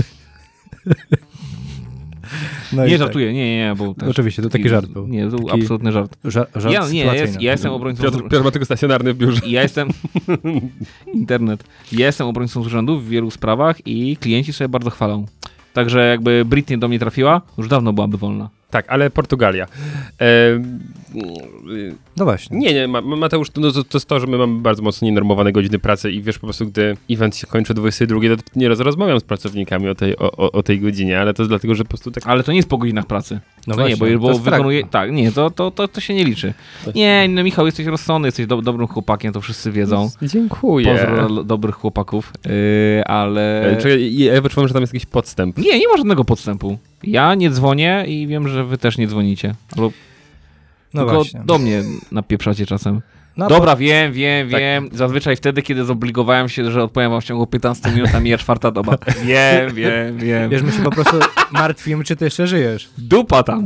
Speaker 2: No
Speaker 3: nie żartuję, nie, bo też...
Speaker 2: Oczywiście, to taki żart był.
Speaker 3: Nie, to był absolutny żart.
Speaker 2: Żart
Speaker 3: ja jestem obrońcą...
Speaker 1: Piotr ma tylko stacjonarny w biurze.
Speaker 3: Ja jestem... Internet. Ja jestem obrońcą z urzędu w wielu sprawach i klienci sobie bardzo chwalą. Także jakby Britney do mnie trafiła, już dawno byłaby wolna.
Speaker 1: Tak, ale Portugalia.
Speaker 2: No właśnie.
Speaker 1: Nie, Mateusz, to jest to, że my mamy bardzo mocno nienormowane godziny pracy i wiesz, po prostu gdy event się kończy o 22, to nie rozmawiam z pracownikami o tej godzinie, ale to jest dlatego, że po prostu tak...
Speaker 3: Ale to nie jest po godzinach pracy.
Speaker 2: No
Speaker 3: to
Speaker 2: właśnie,
Speaker 3: nie, bo
Speaker 2: to
Speaker 3: wykonuje... Tak, nie, to się nie liczy. Nie, no Michał, jesteś rozsądny, jesteś dobrym chłopakiem, to wszyscy wiedzą.
Speaker 1: Dziękuję.
Speaker 3: Pozdro dobrych chłopaków, ale...
Speaker 1: Ja wyczuwam, że tam jest jakiś podstęp.
Speaker 3: Nie ma żadnego podstępu. Ja nie dzwonię i wiem, że wy też nie dzwonicie.
Speaker 2: No
Speaker 3: Tylko
Speaker 2: właśnie.
Speaker 3: do mnie napieprzacie czasem.
Speaker 2: No,
Speaker 3: Dobra, wiem. Zazwyczaj wtedy, kiedy zobligowałem się, że odpowiem wam w ciągu 15 minut, a mija 4. doba. Wiem.
Speaker 2: Wiesz, my się po prostu martwimy, czy ty jeszcze żyjesz.
Speaker 3: Dupa tam.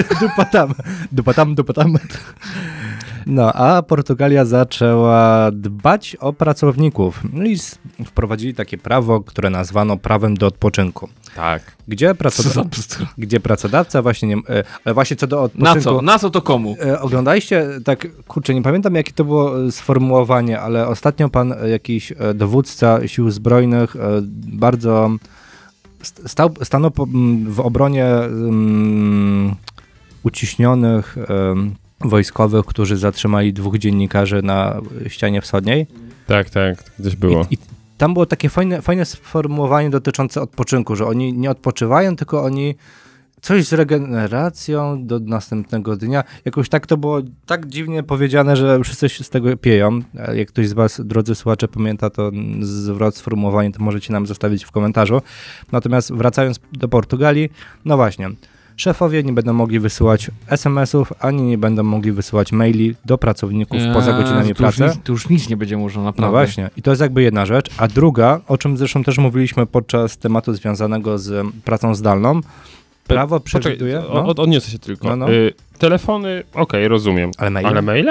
Speaker 2: Dupa tam. No, a Portugalia zaczęła dbać o pracowników. No i wprowadzili takie prawo, które nazwano prawem do odpoczynku.
Speaker 1: Tak.
Speaker 2: Gdzie pracodawca właśnie nie... Ale właśnie co do odpoczynku...
Speaker 3: Na co to komu?
Speaker 2: Oglądaliście, tak, kurczę, nie pamiętam jakie to było sformułowanie, ale ostatnio pan jakiś dowódca sił zbrojnych bardzo stanął w obronie uciśnionych wojskowych, którzy zatrzymali 2 dziennikarzy na ścianie wschodniej.
Speaker 1: Tak, gdzieś było.
Speaker 2: I tam było takie fajne sformułowanie dotyczące odpoczynku, że oni nie odpoczywają, tylko oni coś z regeneracją do następnego dnia. Jakoś tak to było tak dziwnie powiedziane, że wszyscy się z tego pieją. Jak ktoś z was, drodzy słuchacze, pamięta to zwrot, sformułowanie, to możecie nam zostawić w komentarzu. Natomiast wracając do Portugalii, no właśnie, szefowie nie będą mogli wysyłać SMS-ów, ani nie będą mogli wysyłać maili do pracowników poza godzinami pracy.
Speaker 3: Tu już nic nie będzie można, naprawdę.
Speaker 2: No właśnie. I to jest jakby jedna rzecz. A druga, o czym zresztą też mówiliśmy podczas tematu związanego z pracą zdalną, prawo przewiduje...
Speaker 1: Odniosę się tylko.
Speaker 2: No.
Speaker 1: Telefony, okej, rozumiem.
Speaker 2: Ale maile?
Speaker 1: Ale maile?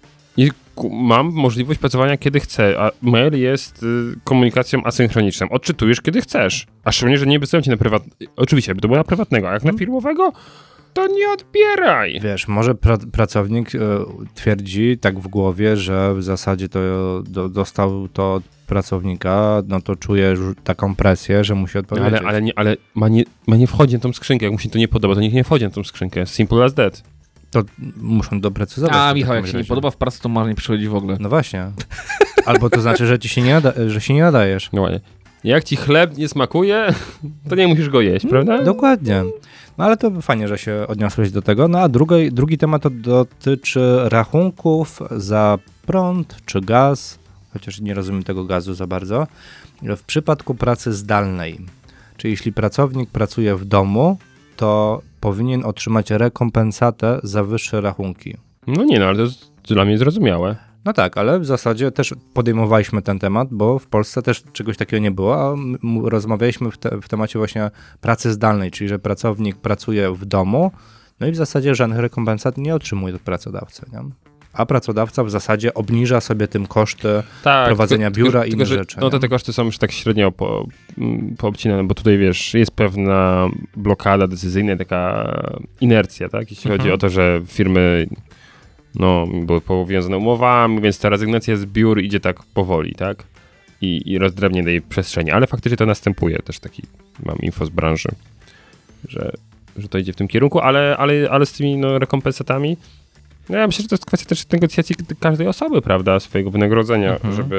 Speaker 1: I mam możliwość pracowania kiedy chcę, a mail jest komunikacją asynchroniczną. Odczytujesz kiedy chcesz. A szczególnie, że nie wysyłam ci na prywatnego. Oczywiście, to było na prywatnego, a jak na firmowego, to nie odbieraj.
Speaker 2: Wiesz, może pracownik twierdzi tak w głowie, że w zasadzie to dostał to od pracownika, no to czuje taką presję, że musi odpowiedzieć.
Speaker 1: Ale ma nie wchodzi na tą skrzynkę. Jak mu się to nie podoba, to niech nie wchodzi na tą skrzynkę. Simple as that.
Speaker 2: To muszą doprecyzować.
Speaker 3: A Michał, jak się nie podoba w pracy, to może nie przychodzi w ogóle.
Speaker 2: No właśnie. Albo to znaczy, że ci się nie nadajesz.
Speaker 1: No właśnie. Jak ci chleb nie smakuje, to nie musisz go jeść, prawda?
Speaker 2: Dokładnie. No ale to fajnie, że się odniosłeś do tego. No a drugi temat to dotyczy rachunków za prąd czy gaz, chociaż nie rozumiem tego gazu za bardzo, w przypadku pracy zdalnej. Czyli jeśli pracownik pracuje w domu, to powinien otrzymać rekompensatę za wyższe rachunki.
Speaker 1: No nie, ale to jest dla mnie zrozumiałe.
Speaker 2: No tak, ale w zasadzie też podejmowaliśmy ten temat, bo w Polsce też czegoś takiego nie było, a rozmawialiśmy w temacie właśnie pracy zdalnej, czyli że pracownik pracuje w domu, no i w zasadzie żadnych rekompensat nie otrzymuje od pracodawcy, nie? A pracodawca w zasadzie obniża sobie tym koszty prowadzenia biura i inne rzeczy.
Speaker 1: No te koszty są już tak średnio poobcinane, bo tutaj wiesz, jest pewna blokada decyzyjna, taka inercja, tak? Jeśli chodzi o to, że firmy były powiązane umowami, więc ta rezygnacja z biur idzie tak powoli, tak? I rozdrewnienie tej przestrzeni, ale faktycznie to następuje, też taki mam info z branży, że to idzie w tym kierunku, ale z tymi rekompensatami, ja myślę, że to jest kwestia też negocjacji każdej osoby, prawda, swojego wynagrodzenia,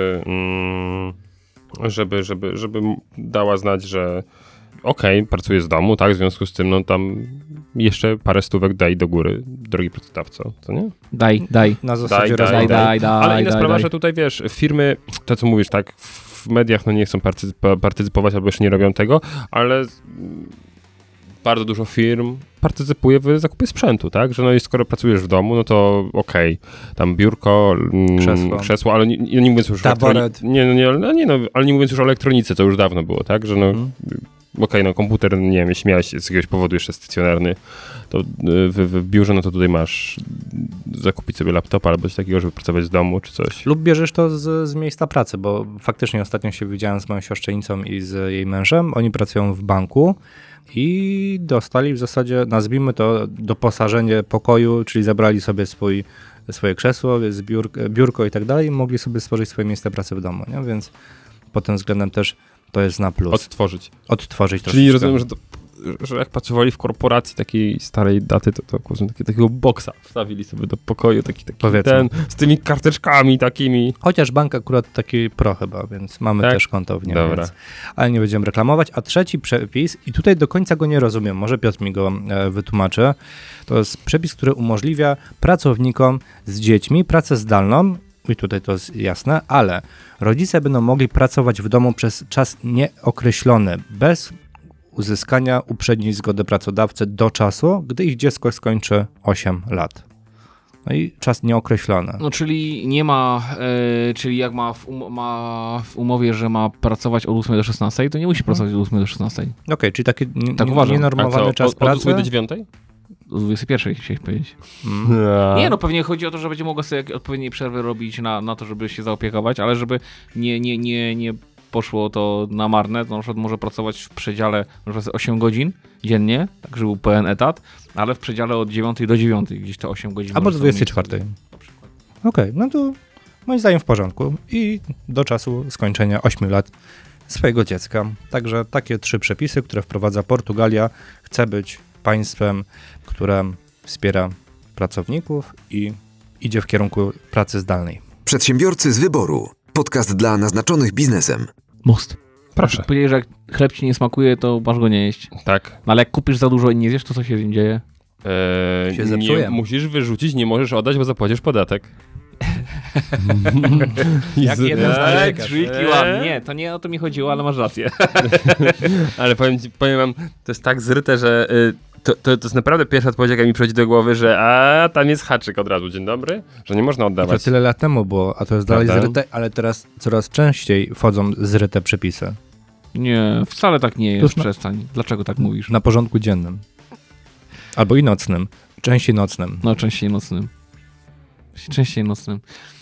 Speaker 1: żeby dała znać, że pracuję z domu, tak, w związku z tym, tam jeszcze parę stówek daj do góry, drogi pracodawco, co nie?
Speaker 3: Daj.
Speaker 2: Na zasadzie
Speaker 3: daj.
Speaker 1: Ale inna sprawa, że tutaj, wiesz, firmy, to co mówisz, tak, w mediach, nie chcą partycypować, albo jeszcze nie robią tego, ale bardzo dużo firm partycypuje w zakupie sprzętu, tak, że skoro pracujesz w domu, no to tam biurko, krzesło, ale nie mówiąc już
Speaker 2: taboret.
Speaker 1: Ale nie mówiąc już o elektronice, to już dawno było, tak, że komputer, nie wiem, jeśli miałeś z jakiegoś powodu jeszcze stacjonarny, to w biurze, to tutaj masz zakupić sobie laptopa albo coś takiego, żeby pracować z domu, czy coś.
Speaker 2: Lub bierzesz to z miejsca pracy, bo faktycznie ostatnio się widziałem z moją siostrzenicą i z jej mężem, oni pracują w banku i dostali w zasadzie, nazwijmy to, doposażenie pokoju, czyli zabrali sobie swoje krzesło, biurko i tak dalej i mogli sobie stworzyć swoje miejsce pracy w domu, nie? Więc pod tym względem też to jest na plus.
Speaker 1: Odtworzyć
Speaker 2: troszeczkę.
Speaker 1: Czyli rozumiem, że jak pracowali w korporacji takiej starej daty, to takiego boksa wstawili sobie do pokoju, taki z tymi karteczkami takimi.
Speaker 2: Chociaż bank akurat taki pro chyba, więc mamy też konto w nim.
Speaker 1: Dobra.
Speaker 2: Więc, ale nie będziemy reklamować. A trzeci przepis, i tutaj do końca go nie rozumiem, może Piotr mi go wytłumaczy, to jest przepis, który umożliwia pracownikom z dziećmi pracę zdalną, i tutaj to jest jasne, ale rodzice będą mogli pracować w domu przez czas nieokreślony, bez uzyskania uprzedniej zgody pracodawcy do czasu, gdy ich dziecko skończy 8 lat. No i czas nieokreślony.
Speaker 3: No czyli nie ma, czyli jak ma w umowie, że ma pracować od 8 do 16, to nie musi pracować od 8 do 16.
Speaker 2: Okej, czyli taki
Speaker 3: Tak uważam.
Speaker 2: nienormowany czas
Speaker 1: od
Speaker 2: pracy.
Speaker 1: 8 do 9?
Speaker 3: Do 21 chciałeś powiedzieć. Nie, no pewnie chodzi o to, że będzie mogła sobie odpowiedniej przerwy robić na to, żeby się zaopiekować, ale żeby nie poszło to na marne, to na przykład może pracować w przedziale na przykład 8 godzin dziennie, tak żeby był pełen etat, ale w przedziale od 9 do 9, gdzieś to 8 godzin.
Speaker 2: Albo do 24. Okej, no to moim zdaniem w porządku. I do czasu skończenia 8 lat swojego dziecka. Także takie 3 przepisy, które wprowadza Portugalia. Chce być państwem, które wspiera pracowników i idzie w kierunku pracy zdalnej.
Speaker 6: Przedsiębiorcy z wyboru. Podcast dla naznaczonych biznesem.
Speaker 3: Most.
Speaker 1: Proszę.
Speaker 3: Powiedziałeś, że jak chleb ci nie smakuje, to masz go nie jeść.
Speaker 1: Tak.
Speaker 3: No ale jak kupisz za dużo i nie zjesz, to co się z nim dzieje?
Speaker 2: Się zepsuje.
Speaker 1: Nie musisz wyrzucić, nie możesz oddać, bo zapłacisz podatek.
Speaker 2: Jak jeden z narzekasz.
Speaker 3: Tricky one. Nie, to nie o to mi chodziło, ale masz rację.
Speaker 1: Ale powiem wam, to jest tak zryte, że to jest naprawdę pierwsza odpowiedź, jaka mi przychodzi do głowy, że tam jest haczyk od razu, dzień dobry, że nie można
Speaker 2: To
Speaker 1: oddawać.
Speaker 2: tyle lat temu było, a to jest dalej
Speaker 1: Prawda?
Speaker 2: zryte, ale teraz coraz częściej wchodzą zryte przepisy.
Speaker 3: Nie, wcale tak nie jest,
Speaker 2: Tuż
Speaker 3: przestań. Dlaczego tak mówisz?
Speaker 2: Na porządku dziennym. Albo i nocnym. Częściej nocnym.
Speaker 3: No, częściej nocnym. Częściej nocnym.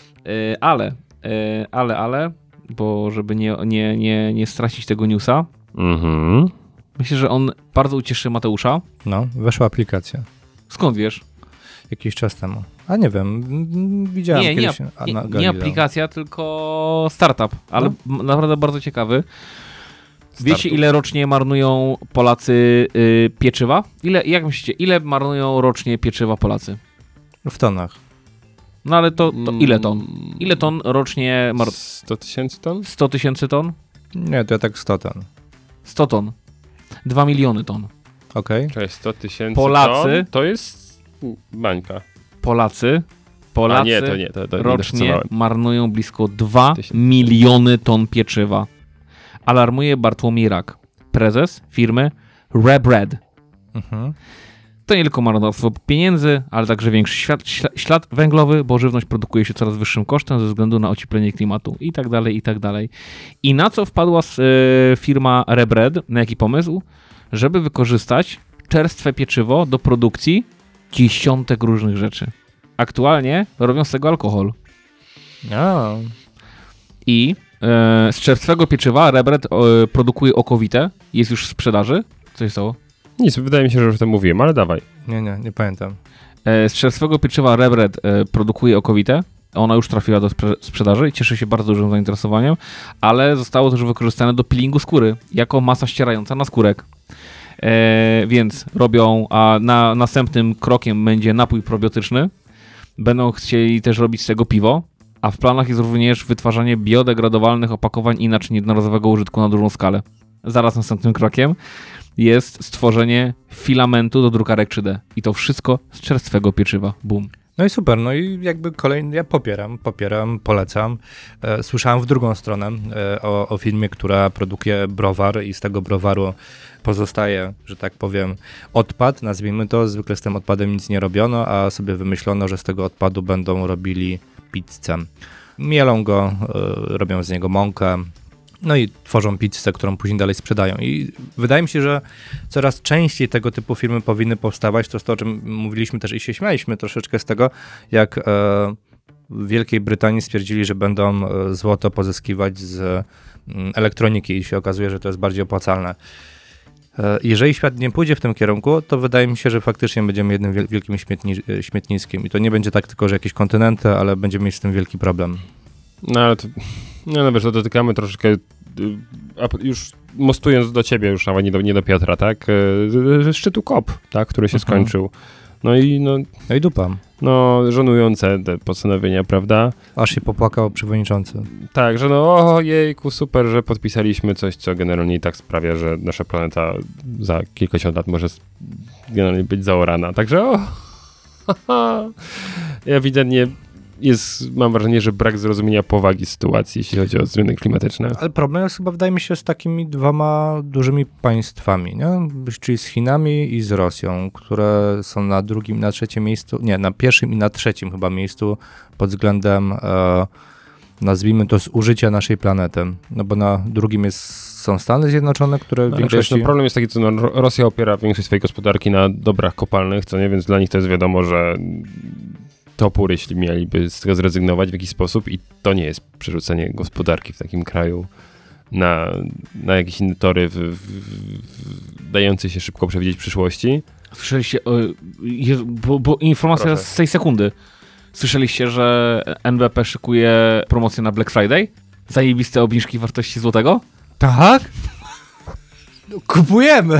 Speaker 3: Ale, bo żeby nie stracić tego newsa,
Speaker 1: Mhm.
Speaker 3: myślę, że on bardzo ucieszy Mateusza.
Speaker 2: No, weszła aplikacja.
Speaker 3: Skąd wiesz?
Speaker 2: Jakiś czas temu. A nie wiem, widziałem
Speaker 3: Nie
Speaker 2: kiedyś na Galileo.
Speaker 3: aplikacja, tylko startup, ale naprawdę bardzo ciekawy. Wiecie, ile rocznie marnują Polacy pieczywa? Jak myślicie, ile marnują rocznie pieczywa Polacy?
Speaker 2: W tonach.
Speaker 3: No ale to ile ton? Ile ton rocznie
Speaker 1: 100 tysięcy ton?
Speaker 3: 100 tysięcy ton?
Speaker 2: Nie, to ja tak 100 ton.
Speaker 3: 100 ton. 2 miliony ton.
Speaker 2: Okej.
Speaker 1: Cześć, 100 tysięcy
Speaker 3: Polacy-
Speaker 1: ton? To jest bańka.
Speaker 3: Polacy
Speaker 1: A nie, to nie. To
Speaker 3: rocznie
Speaker 1: doszacowałem.
Speaker 3: marnują blisko 2
Speaker 1: Tysiąc.
Speaker 3: miliony ton pieczywa. Alarmuje Bartłomiej Rak, prezes firmy Rebred.
Speaker 2: Mhm.
Speaker 3: To nie tylko marnotrawstwo pieniędzy, ale także większy ślad węglowy, bo żywność produkuje się coraz wyższym kosztem ze względu na ocieplenie klimatu i tak dalej, i tak dalej. I na co wpadła firma Rebred, na jaki pomysł? Żeby wykorzystać czerstwe pieczywo do produkcji dziesiątek różnych rzeczy. Aktualnie robią z tego alkohol.
Speaker 2: A,
Speaker 3: I z czerstwego pieczywa Rebred produkuje okowitę, jest już w sprzedaży. Co się stało?
Speaker 1: Nic, wydaje mi się, że już to mówiłem, ale dawaj.
Speaker 2: nie pamiętam.
Speaker 3: Z czerstwego pieczywa Rebred produkuje okowitę. Ona już trafiła do sprzedaży i cieszy się bardzo dużym zainteresowaniem, ale zostało też wykorzystane do peelingu skóry, jako masa ścierająca na skórek. Więc robią, a następnym krokiem będzie napój probiotyczny. Będą chcieli też robić z tego piwo, a w planach jest również wytwarzanie biodegradowalnych opakowań i naczyń jednorazowego użytku na dużą skalę. Zaraz następnym krokiem jest stworzenie filamentu do drukarek 3D. I to wszystko z czerstwego pieczywa. Boom.
Speaker 2: No i super, no i jakby kolejny, ja popieram, polecam. Słyszałem w drugą stronę o firmie, która produkuje browar i z tego browaru pozostaje, że tak powiem, odpad, nazwijmy to. Zwykle z tym odpadem nic nie robiono, a sobie wymyślono, że z tego odpadu będą robili pizzę. Mielą go, robią z niego mąkę, no i tworzą pizzę, którą później dalej sprzedają. I wydaje mi się, że coraz częściej tego typu firmy powinny powstawać. To jest to, o czym mówiliśmy też i się śmialiśmy troszeczkę z tego, jak w Wielkiej Brytanii stwierdzili, że będą złoto pozyskiwać z elektroniki i się okazuje, że to jest bardziej opłacalne. Jeżeli świat nie pójdzie w tym kierunku, to wydaje mi się, że faktycznie będziemy jednym wielkim śmietniskiem. I to nie będzie tak tylko, że jakieś kontynenty, ale będziemy mieć z tym wielki problem.
Speaker 1: No ale to, no wiesz, to dotykamy troszeczkę, już mostując do ciebie, już nawet nie do Piotra, tak? Szczytu COP, tak? Który się skończył. No i
Speaker 2: dupa.
Speaker 1: żenujące te postanowienia, prawda?
Speaker 2: Aż się popłakał przewodniczący.
Speaker 1: Tak, że ojejku, super, że podpisaliśmy coś, co generalnie i tak sprawia, że nasza planeta za kilkadziesiąt lat może generalnie być zaorana. Także ewidentnie mam wrażenie, że brak zrozumienia powagi sytuacji, jeśli chodzi o zmiany klimatyczne.
Speaker 2: Ale problem jest chyba, wydaje mi się, z takimi dwoma dużymi państwami, nie? Czyli z Chinami i z Rosją, które są na drugim, na trzecim miejscu, nie, na pierwszym i na trzecim chyba miejscu pod względem, nazwijmy to, zużycia naszej planety. No bo na drugim są Stany Zjednoczone, które w większości...
Speaker 1: problem jest taki, co Rosja opiera większość swojej gospodarki na dobrach kopalnych, co nie, więc dla nich to jest wiadomo, że topór, jeśli mieliby z tego zrezygnować w jakiś sposób i to nie jest przerzucenie gospodarki w takim kraju na jakieś inne tory dające się szybko przewidzieć przyszłości.
Speaker 3: Słyszeliście, bo informacja
Speaker 2: Proszę.
Speaker 3: z tej sekundy. Słyszeliście, że NBP szykuje promocję na Black Friday? Zajebiste obniżki wartości złotego?
Speaker 2: Tak? No, kupujemy!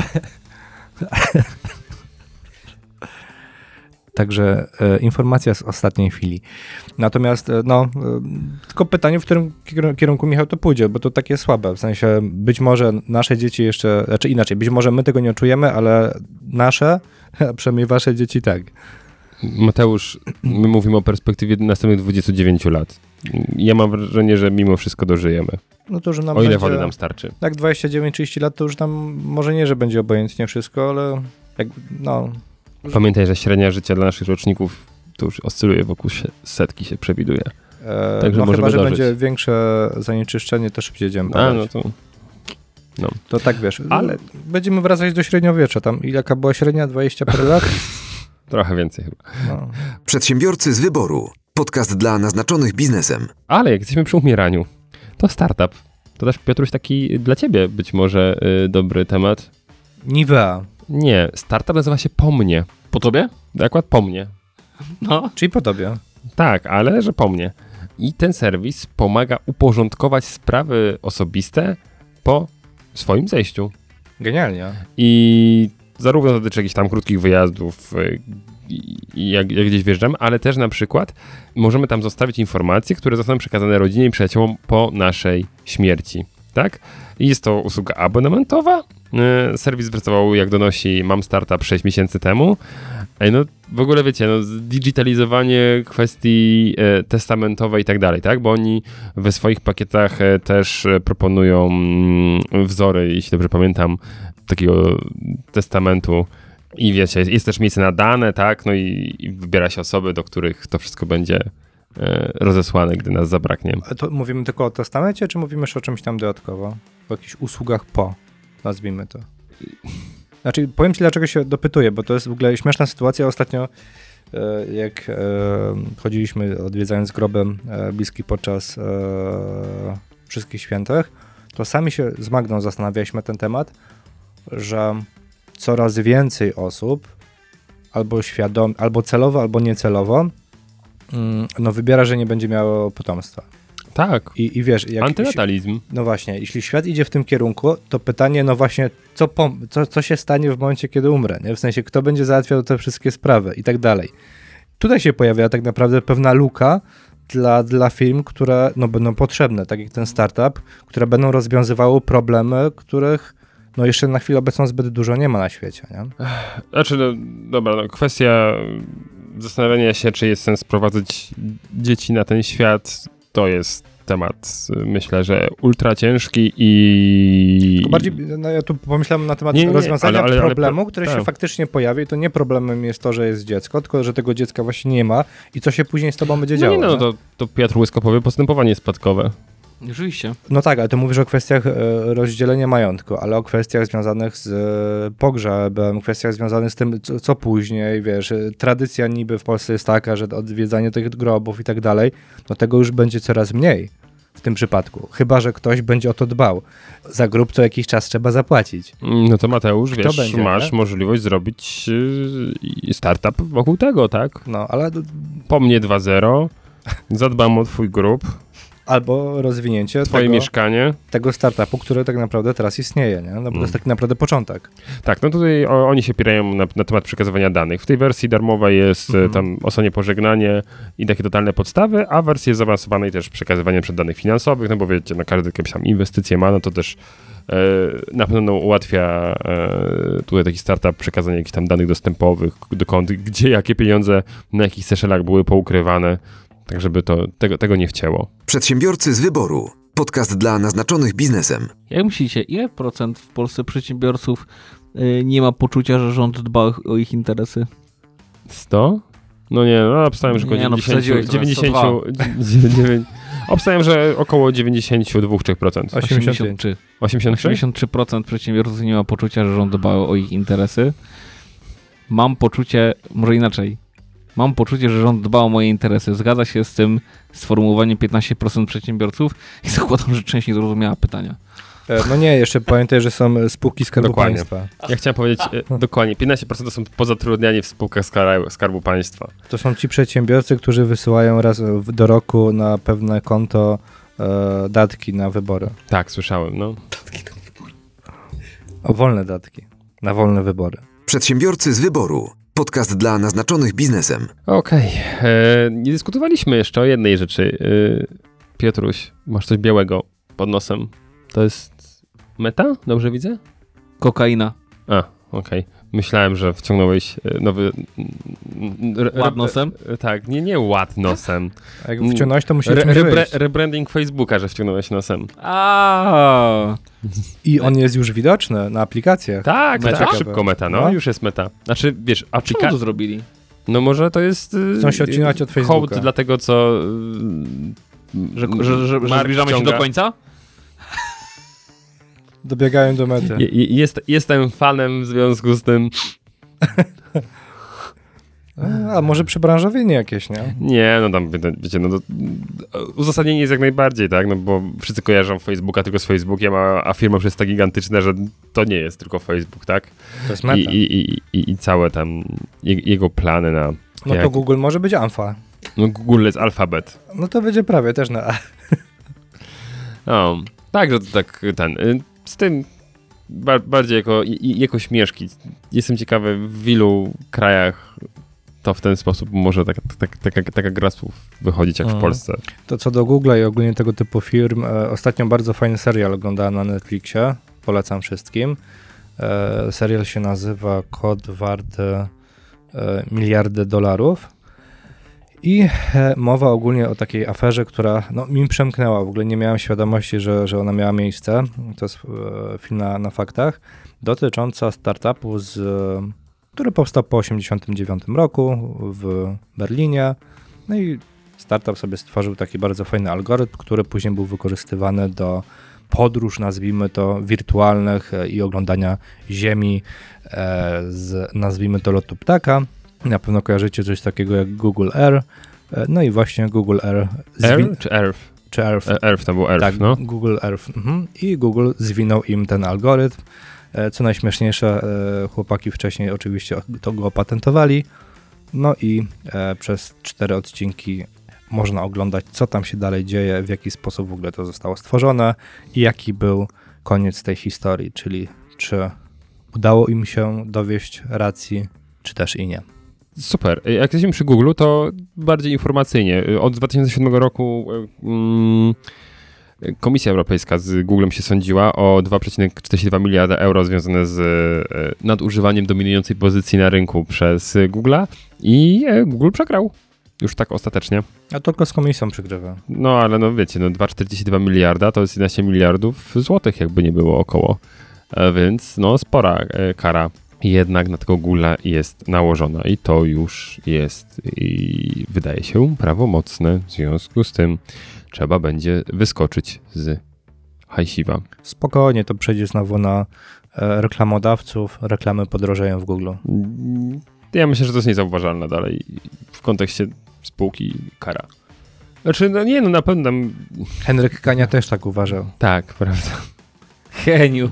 Speaker 2: Także informacja z ostatniej chwili. Natomiast tylko pytanie, w którym kierunku Michał to pójdzie, bo to takie słabe, w sensie być może nasze dzieci jeszcze, znaczy inaczej, być może my tego nie czujemy, ale nasze, a przynajmniej wasze dzieci tak.
Speaker 1: Mateusz, my mówimy o perspektywie następnych 29 lat. Ja mam wrażenie, że mimo wszystko dożyjemy.
Speaker 2: No to, że nam
Speaker 1: O ile
Speaker 2: będzie,
Speaker 1: wody nam starczy.
Speaker 2: tak 29-30 lat, to już nam może nie, że będzie obojętnie wszystko, ale
Speaker 1: Pamiętaj, że średnia życia dla naszych roczników to już oscyluje wokół setki się przewiduje. Także
Speaker 2: no
Speaker 1: możemy
Speaker 2: chyba, że
Speaker 1: dożyć.
Speaker 2: będzie większe zanieczyszczenie, to szybciej będziemy padać. To tak wiesz,
Speaker 1: Ale-
Speaker 2: będziemy wracać do średniowiecza, tam jaka była średnia, 20 parę lat?
Speaker 1: Trochę więcej chyba.
Speaker 2: No.
Speaker 6: Przedsiębiorcy z wyboru. Podcast dla naznaczonych biznesem.
Speaker 1: Ale jak jesteśmy przy umieraniu, to startup. To też, Piotruś, taki dla ciebie być może dobry temat.
Speaker 2: Nivea,
Speaker 1: Nie, startup nazywa się Po mnie.
Speaker 3: Po tobie?
Speaker 1: Akurat Po mnie.
Speaker 3: No.
Speaker 2: czyli po tobie.
Speaker 1: Tak, ale że Po mnie. I ten serwis pomaga uporządkować sprawy osobiste po swoim zejściu.
Speaker 2: Genialnie.
Speaker 1: I zarówno dotyczy jakichś tam krótkich wyjazdów, jak gdzieś wjeżdżamy, ale też na przykład możemy tam zostawić informacje, które zostaną przekazane rodzinie i przyjaciołom po naszej śmierci. Tak? I jest to usługa abonamentowa. Serwis wystartował, jak donosi Mam Startup 6 miesięcy temu. No w ogóle wiecie, digitalizowanie kwestii testamentowej i tak dalej, tak? Bo oni we swoich pakietach też proponują wzory, jeśli dobrze pamiętam, takiego testamentu. I wiecie, jest też miejsce na dane, tak? No i wybiera się osoby, do których to wszystko będzie rozesłane, gdy nas zabraknie.
Speaker 2: A to mówimy tylko o testamencie, czy mówimy jeszcze o czymś tam dodatkowo? O jakichś usługach nazwijmy to. Znaczy, powiem ci, dlaczego się dopytuję, bo to jest w ogóle śmieszna sytuacja. Ostatnio, jak chodziliśmy odwiedzając groby bliskich podczas Wszystkich Świętych, to sami się z Magdą zastanawialiśmy na ten temat, że coraz więcej osób albo celowo, albo niecelowo wybiera, że nie będzie miało potomstwa.
Speaker 1: Tak.
Speaker 2: I wiesz,
Speaker 1: Antynatalizm.
Speaker 2: no właśnie, jeśli świat idzie w tym kierunku, to pytanie, no właśnie, co się stanie w momencie, kiedy umrę, nie? W sensie, kto będzie załatwiał te wszystkie sprawy i tak dalej. Tutaj się pojawia tak naprawdę pewna luka dla firm, które będą potrzebne, tak jak ten startup, które będą rozwiązywały problemy, których jeszcze na chwilę obecną zbyt dużo nie ma na świecie, nie?
Speaker 1: Znaczy, dobra, kwestia zastanawiania się, czy jest sens sprowadzać dzieci na ten świat, to jest temat, myślę, że ultra ciężki i...
Speaker 2: Tylko bardziej, ja tu pomyślałem na temat
Speaker 1: Nie,
Speaker 2: rozwiązania
Speaker 1: ale
Speaker 2: problemu, który
Speaker 1: tak.
Speaker 2: się faktycznie pojawi. To nie problemem jest to, że jest dziecko, tylko że tego dziecka właśnie nie ma i co się później z tobą będzie działo. Nie?
Speaker 1: To Piotr Łysko powie postępowanie spadkowe.
Speaker 3: Oczywiście.
Speaker 2: No tak, ale ty mówisz o kwestiach rozdzielenia majątku, ale o kwestiach związanych z pogrzebem, kwestiach związanych z tym, co później, wiesz, tradycja niby w Polsce jest taka, że odwiedzanie tych grobów i tak dalej, no tego już będzie coraz mniej w tym przypadku, chyba że ktoś będzie o to dbał. Za grób co jakiś czas trzeba zapłacić.
Speaker 1: No to Mateusz, wiesz,
Speaker 2: będzie,
Speaker 1: masz możliwość zrobić startup wokół tego, tak?
Speaker 2: No, ale...
Speaker 1: Po mnie 2.0, zadbam o twój grób,
Speaker 2: Albo rozwinięcie
Speaker 1: twoje mieszkanie.
Speaker 2: tego startupu, który tak naprawdę teraz istnieje, nie? No bo to jest tak naprawdę początek.
Speaker 1: Tak, no tutaj oni się opierają na temat przekazywania danych. W tej wersji darmowej jest tam ostatnie pożegnanie i takie totalne podstawy, a w wersji zaawansowanej też przekazywanie danych finansowych, no bo wiecie, każdy jakieś tam inwestycje ma, no to też na pewno ułatwia tutaj taki startup przekazanie jakichś tam danych dostępowych, dokąd, gdzie, jakie pieniądze, na jakich Seszelach były poukrywane. tak żeby tego nie wcięło.
Speaker 6: Przedsiębiorcy z wyboru. Podcast dla naznaczonych biznesem.
Speaker 3: Jak myślicie, ile procent w Polsce przedsiębiorców nie ma poczucia, że rząd dba o ich interesy?
Speaker 1: 100? No nie, no obstawiam, że około 90, obstawiam, że około 92-3%.
Speaker 2: 83.
Speaker 1: 83?
Speaker 3: 83% przedsiębiorców nie ma poczucia, że rząd dba o ich interesy. Mam poczucie, może inaczej, mam poczucie, że rząd dba o moje interesy. Zgadza się z tym sformułowaniem 15% przedsiębiorców i zakładam, że część nie zrozumiała pytania.
Speaker 2: No nie, jeszcze pamiętaj, że są spółki Skarbu
Speaker 1: Dokładnie.
Speaker 2: Państwa.
Speaker 1: Ja chciałem powiedzieć dokładnie, 15% to są pozatrudniani w spółkach Skarbu Państwa.
Speaker 2: To są ci przedsiębiorcy, którzy wysyłają raz do roku na pewne konto datki na wybory.
Speaker 1: Tak, słyszałem, no.
Speaker 2: O wolne datki, na wolne wybory.
Speaker 6: Przedsiębiorcy z wyboru. Podcast dla naznaczonych biznesem.
Speaker 1: Okej. Nie dyskutowaliśmy jeszcze o jednej rzeczy. Piotruś, masz coś białego pod nosem. To jest meta? Dobrze widzę?
Speaker 3: Kokaina.
Speaker 1: A, okej. Myślałem, że wciągnąłeś nowy...
Speaker 3: Ład nosem?
Speaker 1: Tak, nie ład nosem.
Speaker 2: A jak wciągnąłeś, to musisz wyjść.
Speaker 1: Rebranding Facebooka, że wciągnąłeś nosem.
Speaker 2: I on jest już widoczny na aplikacjach.
Speaker 1: Tak,
Speaker 2: Meta.
Speaker 1: tak, szybko meta, no. Już jest meta. Znaczy, wiesz,
Speaker 3: Czemu to
Speaker 1: aplikacja...
Speaker 3: zrobili?
Speaker 1: No może to jest...
Speaker 2: Chcą się odcinać od Facebooka.
Speaker 1: Hołd dla tego, co...
Speaker 3: Że
Speaker 1: Mark
Speaker 3: zbliżamy się
Speaker 1: wciąga.
Speaker 3: do końca?
Speaker 2: Dobiegają do mety.
Speaker 1: Jestem fanem w związku z tym...
Speaker 2: A może przebranżowienie jakieś, nie?
Speaker 1: Nie, no tam, wiecie, no to uzasadnienie jest jak najbardziej, tak, no bo wszyscy kojarzą Facebooka tylko z Facebookiem, a firma już jest tak gigantyczna, że to nie jest tylko Facebook, tak?
Speaker 2: To jest meta.
Speaker 1: I całe tam jego plany na...
Speaker 2: No to Google może być alfa.
Speaker 1: No Google jest alfabet.
Speaker 2: No to będzie prawie też na A.
Speaker 1: No, tak, że to tak z tym bardziej jako śmieszki. Jestem ciekawy, w ilu krajach to w ten sposób może taka gra słów wychodzić jak w Polsce.
Speaker 2: To co do Google'a i ogólnie tego typu firm, ostatnio bardzo fajny serial oglądałem na Netflixie, polecam wszystkim. Serial się nazywa Kod warty miliardy dolarów i mowa ogólnie o takiej aferze, która mi przemknęła, w ogóle nie miałem świadomości, że ona miała miejsce. To jest film na faktach, dotycząca startupu, który powstał po 1989 roku w Berlinie. No i startup sobie stworzył taki bardzo fajny algorytm, który później był wykorzystywany do podróż, nazwijmy to, wirtualnych i oglądania Ziemi z, nazwijmy to, lotu ptaka. Na pewno kojarzycie coś takiego jak Google Air. No i właśnie Google Air...
Speaker 1: Air czy Earth?
Speaker 2: Czy Earth.
Speaker 1: Earth, to był Earth,
Speaker 2: tak,
Speaker 1: no.
Speaker 2: Google Earth. I Google zwinął im ten algorytm. Co najśmieszniejsze, chłopaki wcześniej oczywiście to go opatentowali. No i przez 4 odcinki można oglądać, co tam się dalej dzieje, w jaki sposób w ogóle to zostało stworzone i jaki był koniec tej historii, czyli czy udało im się dowieść racji, czy też i nie.
Speaker 1: Super. Jak jesteśmy przy Google, to bardziej informacyjnie. Od 2007 roku Komisja Europejska z Googlem się sądziła o 2,42 miliarda euro związane z nadużywaniem dominującej pozycji na rynku przez Google'a i Google przegrał. Już tak ostatecznie.
Speaker 2: A tylko z komisją przegrywa.
Speaker 1: No ale no wiecie, 2,42 miliarda to jest 11 miliardów złotych, jakby nie było około. Więc spora kara jednak na tego Google'a jest nałożona i to już jest i wydaje się prawomocne. W związku z tym trzeba będzie wyskoczyć z hajsiwa.
Speaker 2: Spokojnie, to przejdzie znowu na reklamodawców, reklamy podrożeją w Google.
Speaker 1: Ja myślę, że to jest niezauważalne dalej w kontekście spółki kara. Znaczy, na pewno tam...
Speaker 2: Henryk Kania też tak uważał.
Speaker 1: Tak, prawda.
Speaker 3: Heniu.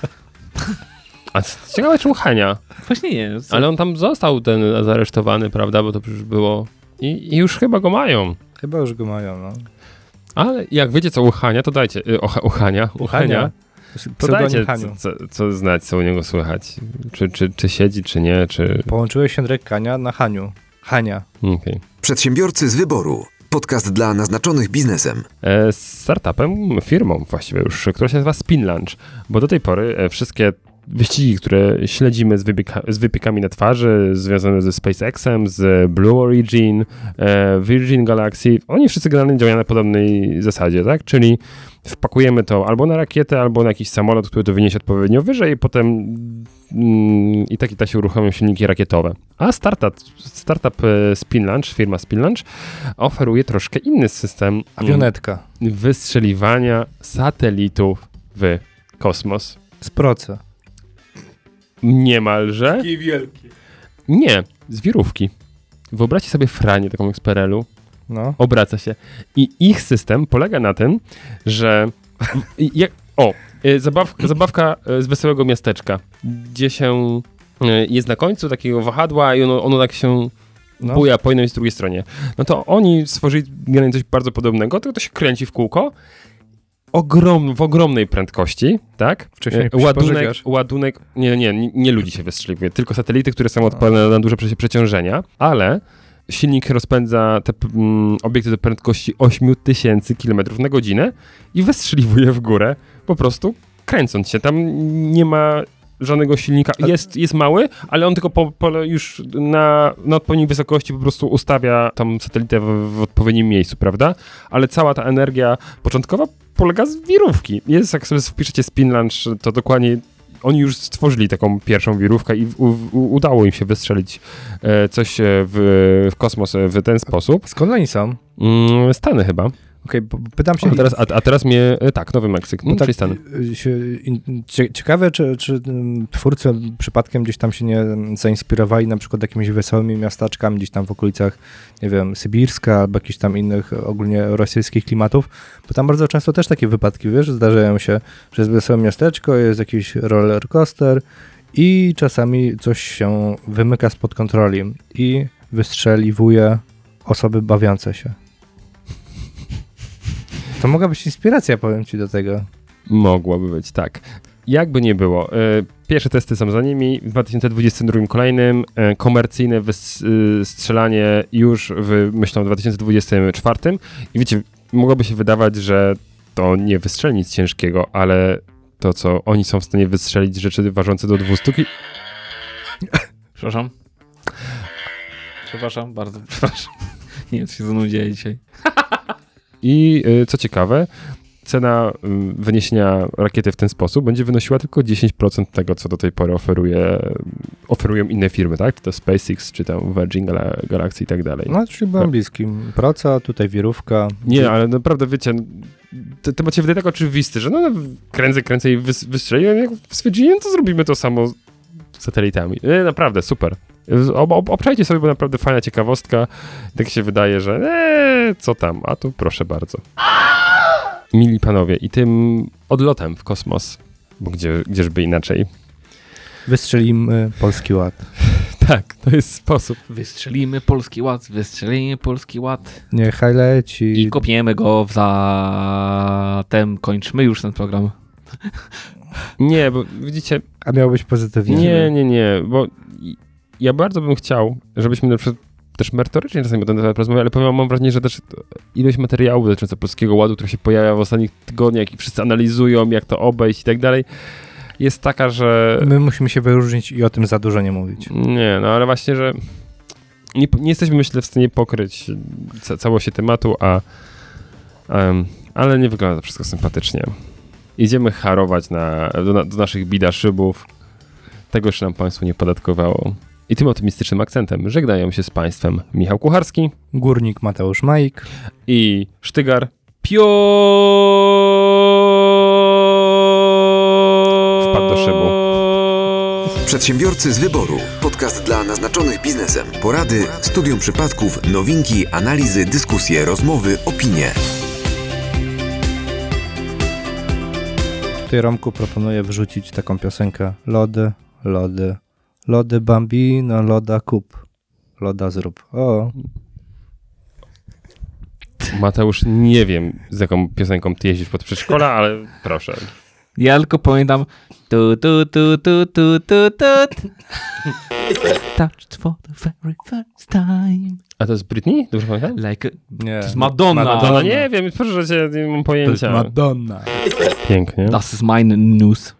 Speaker 1: A ciekawe, czemu Hania?
Speaker 3: Właśnie nie.
Speaker 1: Ale on tam został zaresztowany, prawda, bo to przecież było... I już chyba go mają.
Speaker 2: Chyba już go mają, no.
Speaker 1: Ale jak wiecie co u Hania, to dajcie... U Hania. To dajcie co znać, co u niego słychać. Czy siedzi, czy nie, czy...
Speaker 2: Połączyłeś Henryk Kania na Haniu. Hania.
Speaker 1: Okay.
Speaker 6: Przedsiębiorcy z wyboru. Podcast dla naznaczonych biznesem.
Speaker 1: Startupem, firmą właściwie już, która się nazywa Spinlaunch, bo do tej pory wszystkie wyścigi, które śledzimy z wypiekami na twarzy, związane ze SpaceXem, z Blue Origin, Virgin Galaxy, oni wszyscy generalnie działają na podobnej zasadzie, tak? Czyli wpakujemy to albo na rakietę, albo na jakiś samolot, który to wyniesie odpowiednio wyżej i potem i tak się uruchomią silniki rakietowe. A startup Spin Launch, firma Spin Launch oferuje troszkę inny system
Speaker 2: Awionetka.
Speaker 1: wystrzeliwania satelitów w kosmos.
Speaker 2: Z proce.
Speaker 1: Niemalże. Taki wielki. Nie, z wirówki. Wyobraźcie sobie franię taką jak z PRL-u.
Speaker 2: No.
Speaker 1: Obraca się. I ich system polega na tym, że zabawka z Wesołego Miasteczka, gdzie się jest na końcu takiego wahadła i ono tak się buja po jednej i z drugiej stronie. No to oni stworzyli generalnie coś bardzo podobnego, tylko to się kręci w kółko w ogromnej prędkości, tak?
Speaker 2: Wcześniej
Speaker 1: ładunek, nie ludzi się wystrzeliwuje, tylko satelity, które są odporne na duże przeciążenia, ale silnik rozpędza te obiekty do prędkości 8000 km na godzinę i wystrzeliwuje w górę, po prostu kręcąc się. Tam nie ma żadnego silnika. Jest mały, ale on tylko już na odpowiedniej wysokości po prostu ustawia tą satelitę w odpowiednim miejscu, prawda? Ale cała ta energia początkowa polega z wirówki. Jak sobie wpiszecie Spin Launch, to dokładnie oni już stworzyli taką pierwszą wirówkę i udało im się wystrzelić coś w kosmos w ten sposób.
Speaker 2: Skąd oni są?
Speaker 1: Stany chyba.
Speaker 2: Okej, pytam się...
Speaker 1: A teraz mnie... Tak, Nowy Meksyk, czyli Stany.
Speaker 2: Ciekawe, czy twórcy przypadkiem gdzieś tam się nie zainspirowali na przykład jakimiś wesołymi miasteczkami gdzieś tam w okolicach, nie wiem, Sybirska albo jakichś tam innych ogólnie rosyjskich klimatów, bo tam bardzo często też takie wypadki, wiesz, zdarzają się, że jest wesołe miasteczko, jest jakiś roller coaster i czasami coś się wymyka spod kontroli i wystrzeliwuje osoby bawiące się. To mogła być inspiracja, powiem ci, do tego.
Speaker 1: Mogłaby być, tak. Jakby nie było. Pierwsze testy są za nimi. W 2022 kolejnym. Komercyjne strzelanie już myślę, w 2024. I wiecie, mogłoby się wydawać, że to nie wystrzeli nic ciężkiego, ale to, co oni są w stanie wystrzelić, rzeczy ważące do 200
Speaker 3: Przepraszam, bardzo przepraszam. Nie wiem, co się ze mną dzieje dzisiaj.
Speaker 1: I co ciekawe, cena wyniesienia rakiety w ten sposób będzie wynosiła tylko 10% tego, co do tej pory oferują inne firmy, tak? Czy to SpaceX, czy tam Virgin Galaxy i tak dalej.
Speaker 2: No, czyli byłem bliskim. Proca, tutaj wirówka.
Speaker 1: Nie, ale naprawdę, wiecie, to macie wydaje tak oczywiste, że kręcę i wystrzeliłem, jak stwierdzili, to zrobimy to samo z satelitami. Naprawdę, super. Obczajcie sobie, bo naprawdę fajna ciekawostka. Tak się wydaje, że co tam, a tu proszę bardzo. Mili panowie, i tym odlotem w kosmos, bo gdzieżby inaczej.
Speaker 2: Wystrzelimy Polski Ład.
Speaker 1: Tak, to jest sposób.
Speaker 3: Wystrzelimy Polski Ład.
Speaker 2: Niechaj leci.
Speaker 3: I kopniemy go zatem kończymy już ten program.
Speaker 1: Nie, bo widzicie...
Speaker 2: A miało być pozytywnie.
Speaker 1: Nie, bo ja bardzo bym chciał, żebyśmy na przykład też merytorycznie czasami o tym rozmawiali, ale powiem, mam wrażenie, że też ilość materiałów dotycząca Polskiego Ładu, który się pojawia w ostatnich tygodniach i wszyscy analizują, jak to obejść i tak dalej, jest taka, że...
Speaker 2: My musimy się wyróżnić i o tym za dużo nie mówić.
Speaker 1: Nie, no ale właśnie, że nie jesteśmy, myślę, w stanie pokryć całości tematu, ale nie wygląda to wszystko sympatycznie. Idziemy harować do naszych bidaszybów. Tego jeszcze nam państwo nie podatkowało. I tym optymistycznym akcentem żegnają się z państwem Michał Kucharski,
Speaker 2: górnik Mateusz Majk
Speaker 1: i sztygar wpadł do szybu.
Speaker 6: Przedsiębiorcy z wyboru. Podcast dla naznaczonych biznesem. Porady, studium przypadków, nowinki, analizy, dyskusje, rozmowy, opinie.
Speaker 2: Tutaj Romku proponuję wrzucić taką piosenkę. Lody, lody, lody bambino, loda kup, loda zrób. O.
Speaker 1: Mateusz, nie wiem, z jaką piosenką ty jeździsz pod przedszkola, ale proszę.
Speaker 3: Ja tylko pamiętam touched for the very first time.
Speaker 1: A to jest Britney? Dobrze pamiętam?
Speaker 2: Nie.
Speaker 3: To jest Madonna.
Speaker 1: Madonna, nie wiem, proszę, że nie mam pojęcia.
Speaker 2: To jest Madonna.
Speaker 1: Pięknie.
Speaker 3: Das ist meine News.